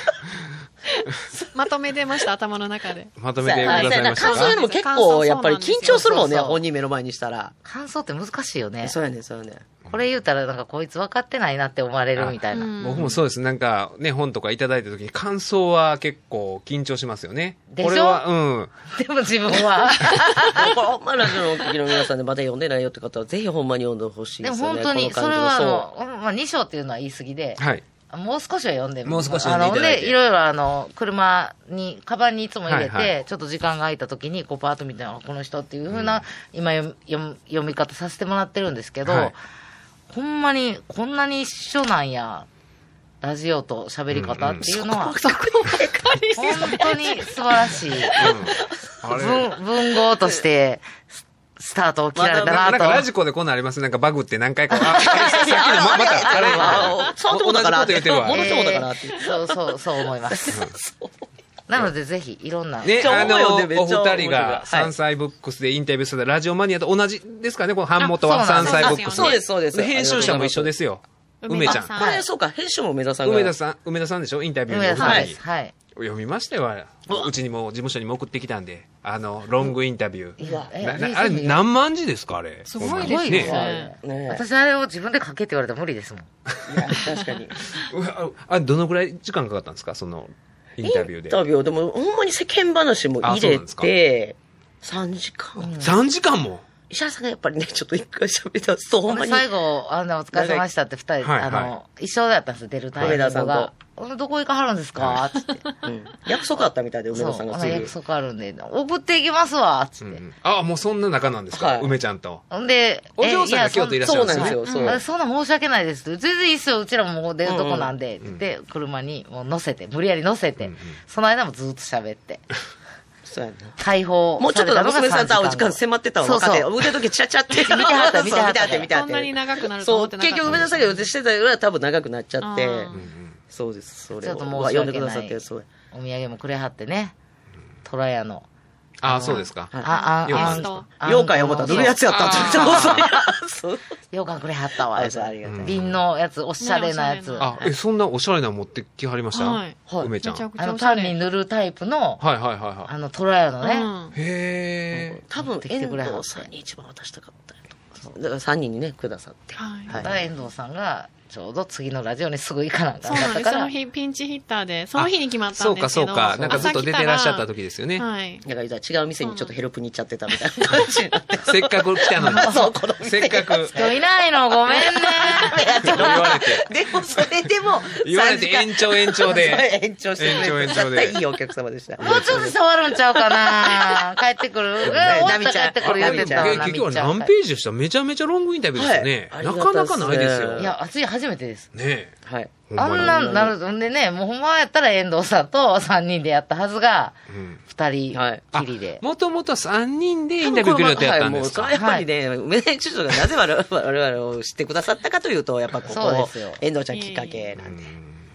まとめ出ました、頭の中で。 まとめてくださいましたか感想言うのも結構、やっぱり緊張するもんね、 そうそう本人目の前にしたら。 感想って難しいよね。 そうやね、そうやね。 これ言うたらなんかこいつ分かってないなって思われるみたいな。 うん僕もそうです。なんかね、本とかいただいた時に感想は結構緊張しますよね。 でしょこれは、うん。 でも自分は。 これほんまラジオのお聞きの皆さんでまだ読んでないよって方は、ぜひほんまに読んでほしいでですよね。 も本当に、 この感じのそれはあそうの、まあに章っていうのは言い過ぎで、 はい。 もう少しは読んでみもう少し読んでいただいてあの、で、いろいろあの、車に、カバンにいつも入れて、 はいはちょっと時間が空いた時に、こうパーッと見て、あこの人っていうふうな、今読み読み読み方させてもらってるんですけど、 はいほんまに、こんなに一緒なんや、ラジオと喋り方っていうのは、 そこばっかり。 本当に素晴らしい。 うん。あれ。 文、文豪として、ススタートを切られたなんなと。 かラジコでこんなんありますなんかバグって何回か。あ、あれさっきのままた、あれ、 あそうってことかなって。 同じこと言ってるわ戻ってことかなって。 えーそうそう、そう思います。なので、ぜひ、いろんな。 ね、 ちゃあの、 思うよねめおっちゃ思う二人がはい山菜ブックスでインタビューするラジオマニアと同じですかね、この版元はあそうなんです山菜ブックス。 そうです、そうです。 編集者も一緒ですよ。梅ちゃん。 梅これ、そうか、編集も梅田さんが。 梅田さん、梅田さんでしょインタビューのお梅田さんで二人す。。はい。 読みましたよ。うちにも事務所にも送ってきたんで。あの、ロングインタビュー。 いや、えななあれ何万字ですかあれ。 すごいですねね。 ね私あれを自分で書けって言われたら無理ですもん。 いや、確かに。 うわあ、どのぐらい時間かかったんですかその、インタビューでイン。タビュー、でも、ほんまに世間話も入れあそうなんですかて、さんじかん。 さんじかんも石原さんがやっぱりね、ちょっと一回喋り出すと、ほんまに。 最後、あの、お疲れ様でしたって二人、 はいあの、一緒だったんですよ、出るタイミン梅田さんとグが。どこ行かはるんですかつって。 うん約束あったみたいで、梅そう、 田さんがついあの約束あるんで、送っていきますわつって。 うんうんあ、もうそんな仲なんですか、 はい梅ちゃんと。 ほんで、 お嬢さんがえ京都いらっしゃるんですね。 そうなんですよそうあそんな申し訳ないですって。全然いいっすよ。うちらももう出るとこなんで。で、車にもう乗せて、無理やり乗せて、 うんうんその間もずっと喋って。 そうやな。 解放もうちょっとされたのが娘さんと会うさんじかん時間迫ってたの分かって、 そうそう腕時チャチャって。 見てはった見てはったそう見てはって、見てはって。 そんなに長くなるとそう、 思ってなかった。 結局梅田さんが予定してたよりは多分長くなっちゃってあー。 うんうんそうです、それを。 ちょっと申し訳ない読んでくださって、そう。 お土産もくれはってね。虎屋の。 あ、そうですか。 はいあ、あ、 ようかんあん、あん羊羹読むたらどれやつやったって言ってそう。 羊羹くれはったわ。 あそうありがたい瓶のやつ、おしゃれなやつ。 ねあ、え、そんなおしゃれなの持ってきはりましたはい梅ちゃん。はいめちゃくちあの、 ゃおしゃれ。 パンに塗るタイプの、 はいはいはあの、虎屋のね。 うんい。へ多分、 持ってきて遠くれはって藤さんに一番渡したかったんやと思うだからさんにんにね、くださって。 はいはいだから遠藤さんが、ちょうど次のラジオにすぐ行かなあかそうんなんです。 だったから。 その日、ピンチヒッターで、その日に決まー。 ったそうかんですけど。 そうか。なんかずっと出てらっしゃった時ですよね。 はい。 だから、じゃあ違う店にちょっとヘルプに行っちゃってたみたいな感じになって。 せっかく来たのに。 そう、この店せっかく。 今日いないのごめんね。 言われて。 でも、それでも、 言われて延長延長で。 延長してくれて延長延長でいいお客様でした。 もうちょっと触るんちゃうかな帰ってくる。え終わったら帰ってくる言ってたわ。 え結局は何ページでしためちゃめちゃロングインタビューですよね。 はいなかなかないですよ。 いや、暑い初めてです。 ねえ。 はい。 あんなんなるんでね、もうほんまやったら遠藤さんとさんにんでやったはずが、 うんふたりはいきりで。 もともとさんにんでインタビュー受ける予定やったんですかはい、もうそれはやっぱりね、梅田中長がなぜ我々我々を知ってくださったかというと、やっぱここそうですよ、 遠藤ちゃんきっかけなんで。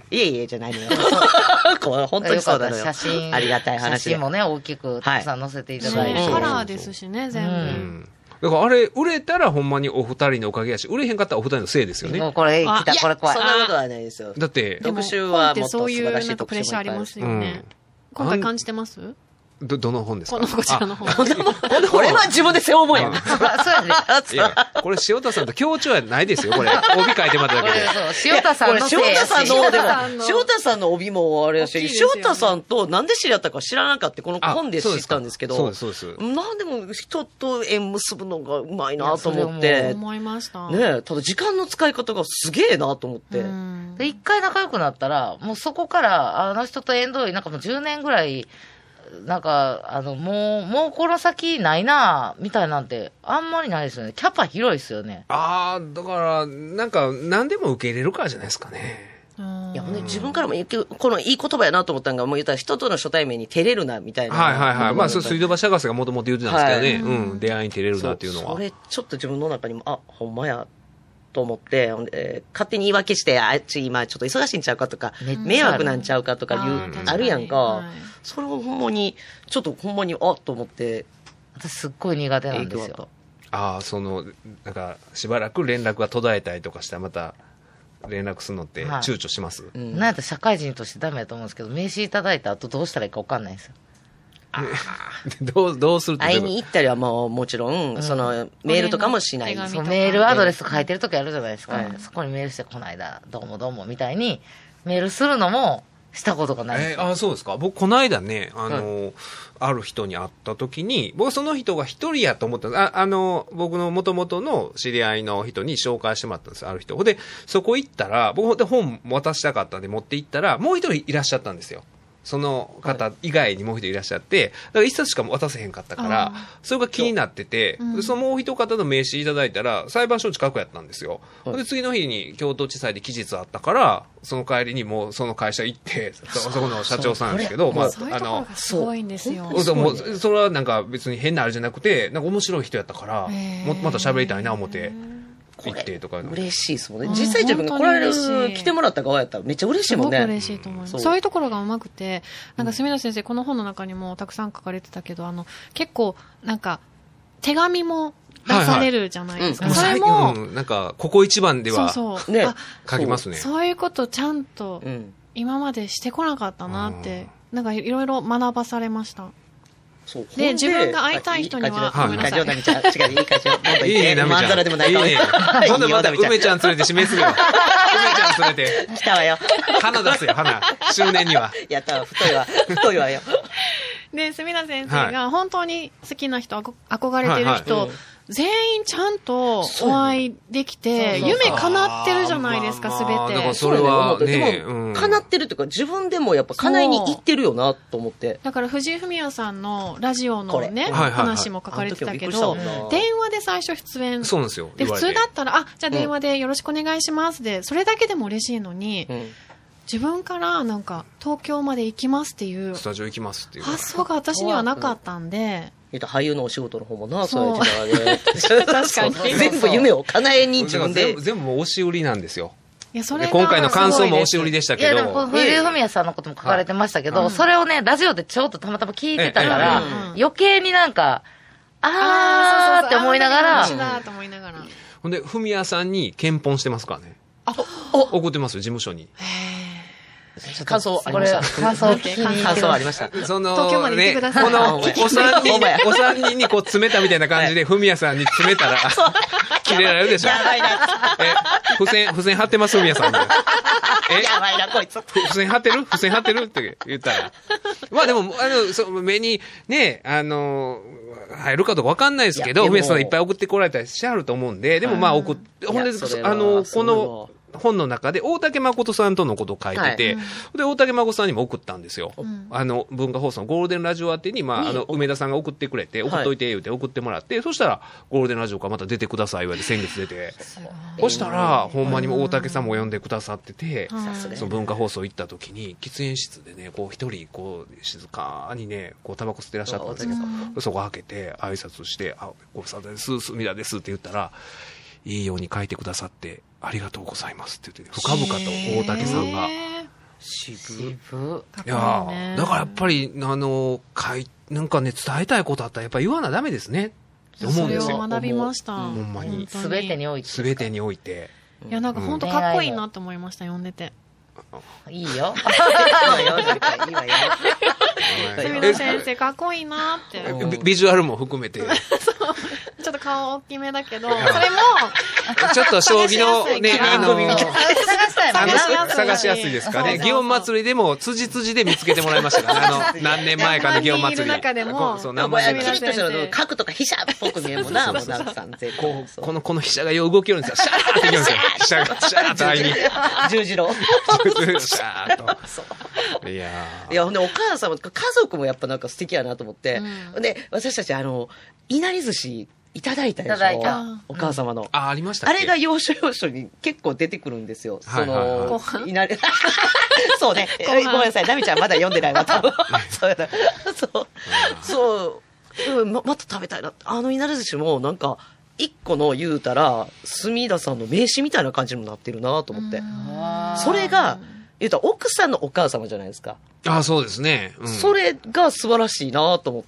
いえいえじゃないのよ。これ本当にそうだのよ。 写真。 ありがたい話で。 写真もね、大きくたくさん載せていただいて。 はい、カラーですしね、全部。 うんだからあれ、売れたらほんまにお二人のおかげやし、売れへんかったらお二人のせいですよね。 もうこれ、来た、これ怖い。 そんなことはないですよ。 だって、 特集はもっと素晴らしいプレッシャーありますよね。 うん、 今回感じてます？ ど、どの本ですか？ このこちらの本。 これは自分で背負うやん。そうやね。 いや、これ塩田さんと協調はないですよ、これ。帯書いてもらっただけで。 塩田さんのせい塩田さんの、でも、 塩塩田さんの帯もあれやし、塩田さんとなんで知り合ったか知らなかったこの本で知ったんですけど、 そうです、そうです。 なんでも人と縁結ぶのがうまいなと思って。 思いました。 ねただ時間の使い方がすげえなと思って。 で、一回仲良くなったら、もうそこから、あの人と縁通り、なんかもうじゅうねんぐらい、なんか、あの、もう、もうこの先ないなみたいなんて、あんまりないですよね。キャパ広いですよね。 ああ、だから、なんか、何でも受け入れるからじゃないですかね。 いや、ほんで自分からも、このいい言葉やなと思ったのが、もう言ったら人との初対面に照れるな、みたいな。 はいはいはい。まあ、そう、水道橋博士がもともと言ってたんですけどね。はい、うん。出会いに照れるなっていうのは。 それ、ちょっと自分の中にも、あ、ほんまや。と思って、えー、勝手に言い訳して、あっち今ちょっと忙しいんちゃうかとか、迷惑なんちゃうかとかいう、あるやんか。はい、それをほんまに、ちょっとほんまに、あっと思って。 私すっごい苦手なんですよ。 ああ、その、なんか、しばらく連絡が途絶えたりとかしたら、また、連絡するのって躊躇します、はい、 うん、なんやったら社会人としてダメだと思うんですけど、名刺いただいた後どうしたらいいか分かんないんですよ。 どう、どうするって会いに行ったりはもうもちろん、うん、そのメールとかもしない。 そうメールアドレス書いてるときあるじゃないですか、はい。そこにメールして、この間、どうもどうもみたいにメールするのもしたことがないです。 えー、あ、そうですか。僕、この間ね、あの、うん、ある人に会ったときに、僕その人が一人やと思ったあ、あの、僕の元々の知り合いの人に紹介してもらったんですよ、ある人。で、そこ行ったら、僕で本渡したかったんで持って行ったら、もう一人いらっしゃったんですよ。その方以外にもう一人いらっしゃって、だから一冊しか渡せへんかったから、それが気になってて、うん、そのもう一方の名刺いただいたら、裁判所の近くやったんですよ。はい、で、次の日に京都地裁で期日あったから、その帰りにもうその会社行って、そこの社長さんなんですけど、 まあ、あの、すごいんですよ。 そう、もう、それはなんか別に変なあれじゃなくて、なんか面白い人やったから、もまた喋りたいな思って。行ってとか嬉しいですもんね。実際自分が来られる、来てもらった側やったらめっちゃ嬉しいもんね。 すごく嬉しいと思います。そう、そういうところがうまくて、なんか住田先生、この本の中にもたくさん書かれてたけど、あの、結構、なんか、手紙も出されるじゃないですか。はいはい、それも、 うん、なんか、ここ一番では、 そうそう、 ね、 書きますね。 そういうことちゃんと、今までしてこなかったなって、うん、なんかいろいろ学ばされました。 そうで、自分が会いたい人には、ごめんなさい。 いい感じよ、違う、いい感じよ。いいね、なめちゃん。まんざらでもないかも。いいね。 今度また梅ちゃん連れて指名するよ。梅ちゃん連れて。 来たわよ。 花出すよ、花。周年には。 やったわ、太いわ。太いわよ。 で、住田先生が本当に好きな人、憧れてる人、全員ちゃんとお会いできて、夢叶ってるじゃないですか、すべて。 だからそれはね、 でも、叶ってるというか、自分でもやっぱ叶いに行ってるよな、と思って。 だから藤井フミヤさんのラジオのね、話も書かれてたけど、電話で最初出演。 そうなんですよ。 で、普通だったら、あ、じゃあ電話でよろしくお願いしますで、それだけでも嬉しいのに、自分からなんか東京まで行きますっていうスタジオ行きますっていう発想が私にはなかったんで、 俳優のお仕事の方もな、そういう時代で確かに全部夢を叶えに自分で全部もう押し売りなんですよ。 いやそれ今回の感想も押し売りでしたけど、いやでも藤井フミヤさんのことも書かれてましたけど、それをねラジオでちょっとたまたま聞いてたから余計になんかあーって思いながら、 ほんでフミヤさんに検本してますからね。送ってますよ、事務所に。 感想ありました。 感想を聞きに感想ありました。 その、 東京まで行ってください。 この、お三人、お三人にこう詰めたみたいな感じで、ふみやさんに詰めたら、切れられるでしょ。 やばいな。 え、付箋、付箋貼ってます、ふみやさん。 え、やばいな、こいつ。 付箋貼ってる付箋貼ってるって言ったら。まあでも、あの、そ目に、ね、あの、入るかどうかわかんないですけど、ふみやさんいっぱい送ってこられたりしてあると思うんで、でもまあ送って、ほんで、あの、この、本の中で大竹誠さんとのことを書いてて、はい、で大竹誠さんにも送ったんですよ、うん、あの文化放送のゴールデンラジオ宛てに、まあ、あの梅田さんが送ってくれて、送っといて言うて送ってもらって、はい、そしたらゴールデンラジオからまた出てください言われて先月出て、そしたらほんまに大竹さんも呼んでくださってて、うん、その文化放送行った時に喫煙室でねこう一人こう静かにねこうタバコ吸ってらっしゃったんですけど、うん、そこ開けて挨拶してあご無沙汰ですすみだですって言ったらいいように書いてくださってありがとうございますって言って、深々と大竹さんが渋。 渋。 いやーだからやっぱり、あの、かい、なんかね、伝えたいことあったら、やっぱり言わなダメですね。って思うんですよ。 それを学びました。 ほんまに。 すべてにおいて。 すべてにおいて。 いや、なんか本当かっこいいなと思いました、読んでて。 いいよ。 今よ、いいわよ。 住田先生かっこいいなって。 ビビジュアルも含めて。 そう。ちょっと顔大きめだけど、それも、 ちょっと将棋のね、あの、 探したいもんね。 探しやすいですかね。祇園祭りでも、辻辻で見つけてもらいましたからね。あの、何年前かの祇園祭り。 中でも、 そう、 名前がキリッとしたの、角とか飛車っぽく見えるもんな、もうなんかさんぜん。 こう、この、この飛車がよう動きよるんですよ。シャーっていきますよ。飛車が、シャーって間に。 十字路。 シャーっと。いやいや、ほんで、お母様とか家族もやっぱなんか素敵やなと思って。で、私たち、あの、いなり寿司、いただいたでしょ。いただいた。お母様の。 あ、ありましたっけ？ あれが要所要所に結構出てくるんですよ。その、いなり、そうね。ごめんなさい、ナミちゃんまだ読んでないわ、多分。そうやな。そう。そう。ま、また食べたいな。あのいなり寿司もなんか、一個の言うたら、住田さんの名刺みたいな感じにもなってるなと思って。それが、言うたら奥さんのお母様じゃないですか。 あ、そうですね。 うん、それが素晴らしいなと思って。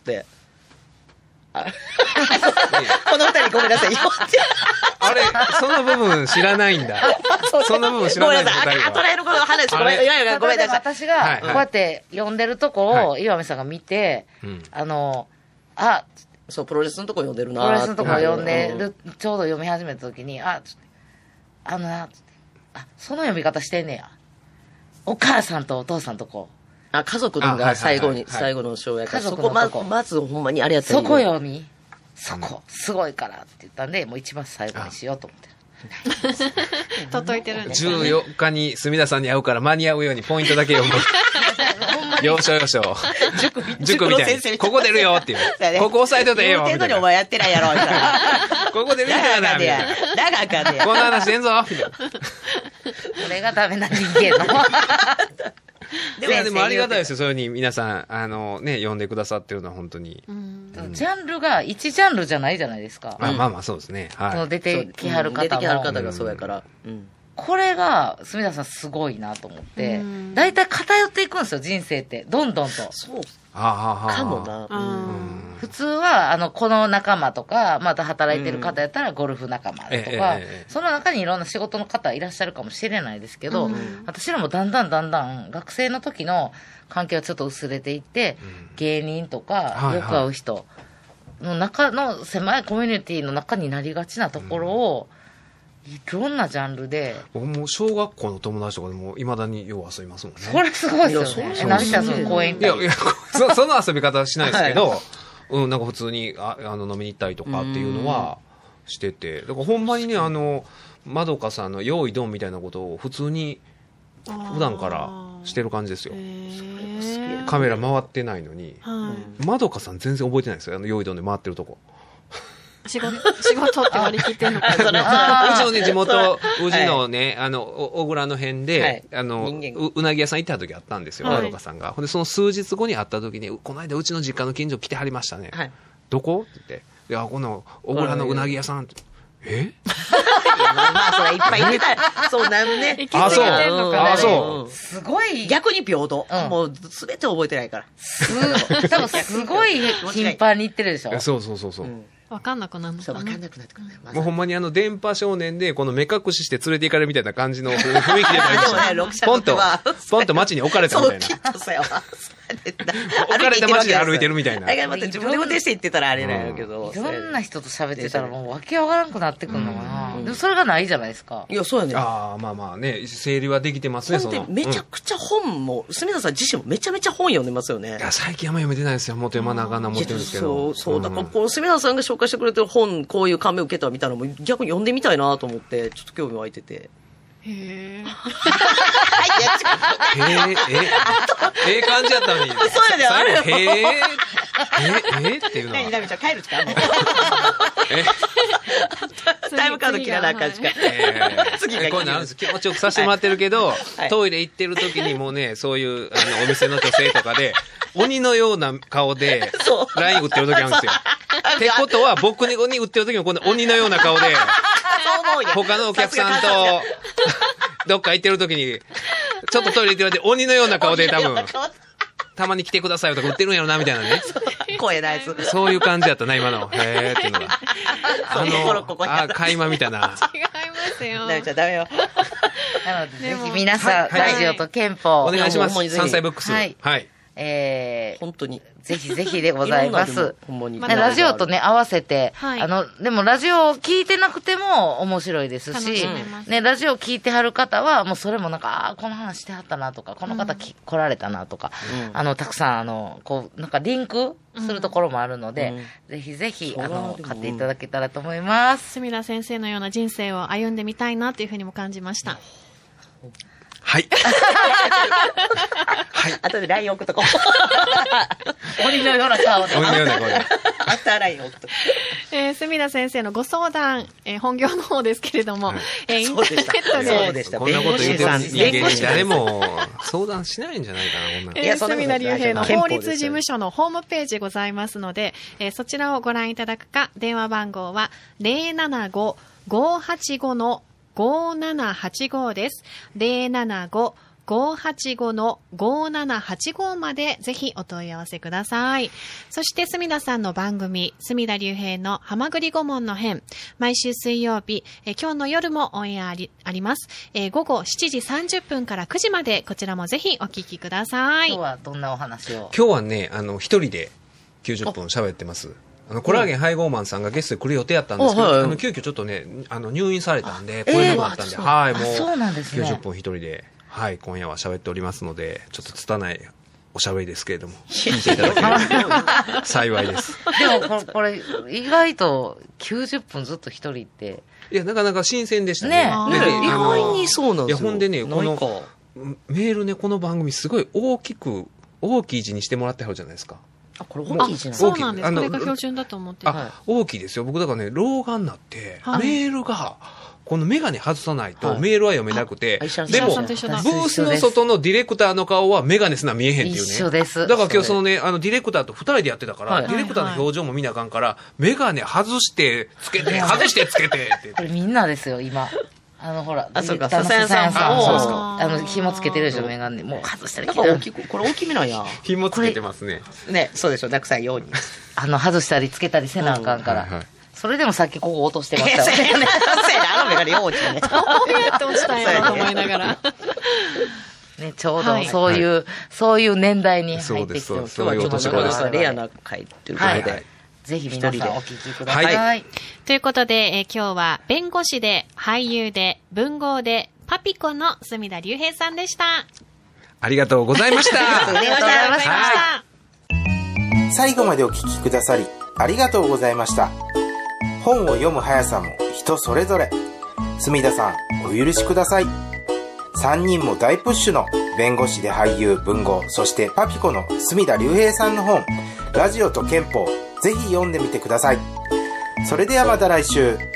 この二人ごめんなさい。 あれ、その部分知らないんだ。その部分知らないんだ。 ごめんなさい。あ、捉えることの話、ごめんなさい。ごめんなさい。 私が、こうやって読んでるとこを、岩見さんが見て、あの、あ、 そう、プロレスのとこ読んでるなプロレスのとこ読んでる、ちょうど読み始めた時に、あ、あのな、あ、その読み方してんねや。お母さんとお父さんとこう。 あ、家族のが最後に、最後の章やから、そこまず、まずほんまにあれやったらそこ読み。そこ、すごいからって言ったんで、もう一番最後にしようと思ってる。 届いてるんですじゅうよっかに住田さんに会うから間に合うようにポイントだけ読む。要所要所。塾、塾みたいに。ここ出るよっていう。ここ押さえといてええよ。 言うてんのにお前やってないやろ、みたいな。 ここ出るよな、みたいな。 だがあかんねや。 こんな話せんぞ、みたいな。 これがダメな人間の。 でも、でもありがたいですよ。そういうふうに皆さん、あのね、読んでくださってるのは本当に。 うん、ジャンルが一ジャンルじゃないじゃないですか。 まあまあまあ、そうですね。 はい。出てきはる方も。 出てきはる方がそうやから。 うん。これが、住田さんすごいなと思って、大体偏っていくんですよ、人生って。どんどんと。 そう。 ああ、 かもな。 普通は、あの、この仲間とか、また働いてる方やったらゴルフ仲間とか、その中にいろんな仕事の方いらっしゃるかもしれないですけど、私らもだんだんだんだん学生の時の関係はちょっと薄れていって、芸人とか、よく会う人の中の狭いコミュニティの中になりがちなところを、いろんなジャンルで。 僕も小学校の友達とかでも未だによう遊びますもんね。 それすごいですよね。え、何したらその公園行ったり。 いや、いや、そ, その遊び方はしないですけど、はい、うん、なんか普通にああの飲みに行ったりとかっていうのはしてて、だからほんまにね、あの、まどかさんの用意ドンみたいなことを普通に普段からしてる感じですよ。カメラ回ってないのに、まどかさん全然覚えてないですよ。あの用意ドンで回ってるとこ。 仕事、仕事って割り切ってんのかな。 うちのね、地元、うちのね、あの、小倉の辺で、あの、うなぎ屋さん行った時あったんですよ、まどかさんが。ほんで、その数日後に会った時に、この間うちの実家の近所来てはりましたね。どこって言って、いや、この小倉のうなぎ屋さんって。えまあまあ、それいっぱい言ってた。そうなるね。 あ、そう。あ、そう。 すごい。 逆に平等。もう、すべて覚えてないから。 す、多分すごい頻繁に行ってるでしょ。 そうそうそうそう。 わかんなくなるのかな。 わかんなくなってくるね。 もうほんまにあの、電波少年で、この目隠しして連れて行かれるみたいな感じの雰囲気でなりました。ポンと、ポンと街に置かれたみたいな。 そう、きっとそうやわ。 置かれた街で歩いてるみたいな。 あれがまた自分で運転して行ってたらあれなんやけど。 いろんな人と喋ってたらもうわけわからんくなってくるのかな。でもそれがないじゃないですか。 いや、そうやね。 ああ、まあまあね、整理はできてますね、 その。めちゃくちゃ本も、住田さん自身もめちゃめちゃ本読んでますよね。 いや、最近あんま読めてないですよ。もっと読まなあかんな思ってるんですけど。 そう、そう。だから、この住田さんが紹介してくれてる本、こういう感銘を受けたみたいなのも逆に読んでみたいなと思って、ちょっと興味湧いてて。 へえ。 へえ、え、ええ感じやったのに。 そうやね、あれ。 へえ、え、えっていうのは。 何、なみちゃん帰る時間えタイムカード切らなあかんしか。 次がこういうのあるんです。気持ちよくさせてもらってるけど、トイレ行ってる時にもうね、そういう、あの、お店の女性とかで、鬼のような顔で、ライン打ってる時あるんですよ。ってことは、僕に鬼打ってる時もこの鬼のような顔で、他のお客さんと、どっか行ってる時に、 ちょっとトイレ行って言われて、鬼のような顔で多分、たまに来てくださいよとか売ってるんやろな、みたいなね。 声なやつ。 そういう感じやったな、今の。へーっていうのが。あの、 ここにああ、垣間みたいな。 違いますよ。 なめちゃダメよ。 なので、ぜひ皆さん、ラジオと憲法。 お願いします。 ほんまにぜひ山菜ブックス。 ははい。はい。 えー、 本当に。 ぜひぜひでございます。 ほんまに。 ねラジオとね、合わせて、 はいあの、でもラジオ聞いてなくても面白いです楽ししめます、 ね、ラジオ聞いてはる方は、もうそれもなんか、ああー、この話してはったなとか、この方き、来られたなとか、 うんあの、たくさん、あの、こう、なんかリンクするところもあるので、 うんぜひぜひ、あの、 それはでも買っていただけたらと思います。 隅田先生のような人生を歩んでみたいなというふうにも感じました。 はい。 後で ライン 送っとこう。 鬼のような顔で。 鬼のような顔で。 アフター ライン 送っとこえー、隅田先生のご相談、えー本業の方ですけれども、 はいえーインターネットそうで、 でした。 こんなこと言うてる人間に誰も。 も相談しないんじゃないかな、こんなの。 いやえー、隅田隆平の憲法法ですよ律事務所のホームページございますので、えーそちらをご覧いただくか、電話番号は ゼロななご ごーはちご ごーななはちご です。ゼロななご ごーはちご ごーななはちご までぜひお問い合わせください。そして隅田さんの番組、隅田隆平のはまぐり顧問の編、毎週水曜日、え今日の夜もオンエアありあります。えー午後しちじさんじゅっぷんからくじまで、こちらもぜひお聞きください。 今日はどんなお話を。 今日はね、あの、一人できゅうじゅっぷん喋ってます。あの、コラーゲン配合マンさんがゲストで来る予定やったんですけど、 おはいあの、急遽ちょっとね、あの、入院されたんで、来れなくなったんで、 えーはい、 あもう、 そうなんですねきゅうじゅっぷん一人で、はい、今夜は喋っておりますので、ちょっと拙いおしゃべりですけれども、聞いていただければ幸いです。 でもこれ、これ、意外ときゅうじゅっぷんずっと一人って、 いや、なかなか新鮮でしたねね。 えで意あの外にそうなんですよ。 いや、ほんでね、このなんか、 メールね、この番組すごい大きく、大きい字にしてもらってはるじゃないですか。 あ、これ大きい字なんだ。 そうなんです。 あのこれが標準だと思ってる。 あ、大きいですよ。僕だからね、老眼になって、 はいメールが、このメガネ外さないとはいメールは読めなくて、 あ一緒だでも、ブ石原さんと一緒だースの外のディレクターの顔はメガネすな見えへんっていうね。 一緒ですだから今日そのね、あのディレクターと二人でやってたから、 はいディレクターの表情も見なあかんから、メガネ外してつけて、外してつけてって言って。 これみんなですよ、今。あの、ほら、 あそうかディレクターの笹谷さん笹谷あそうですかあの、紐つけてるでしょ、メガネ。もう外したらなん切るか大きく、これ大きめなんや。 紐つけてますね。 ね、そうでしょ、なくさんように。 あの、外したりつけたりせなあかんから。 はいはいそれでもさっきここ落としてましたそうやよね。 ね。そうやね。あのメガネよう大きいね。 どうやって押したんやろと思いながら。 ね、ちょうどはいそういう、そういう年代に入ってきてそうです今日はちょっとそういうお年頃ですレアな回ということはいで。 ぜひ皆一人でさんお聞きください。 はいということで、えー今日は弁護士で、俳優で、文豪で、パピコの隅田隆平さんでした。 ありがとうございました。 ありがとうございましたは最後までお聞きくださりありがとうございました。本を読む速さも人それぞれ。隅田さんお許しください。さんにんも大プッシュの弁護士で俳優文豪そしてパピコの隅田隆平さんの本ラジオと憲法ぜひ読んでみてください。それではまた来週。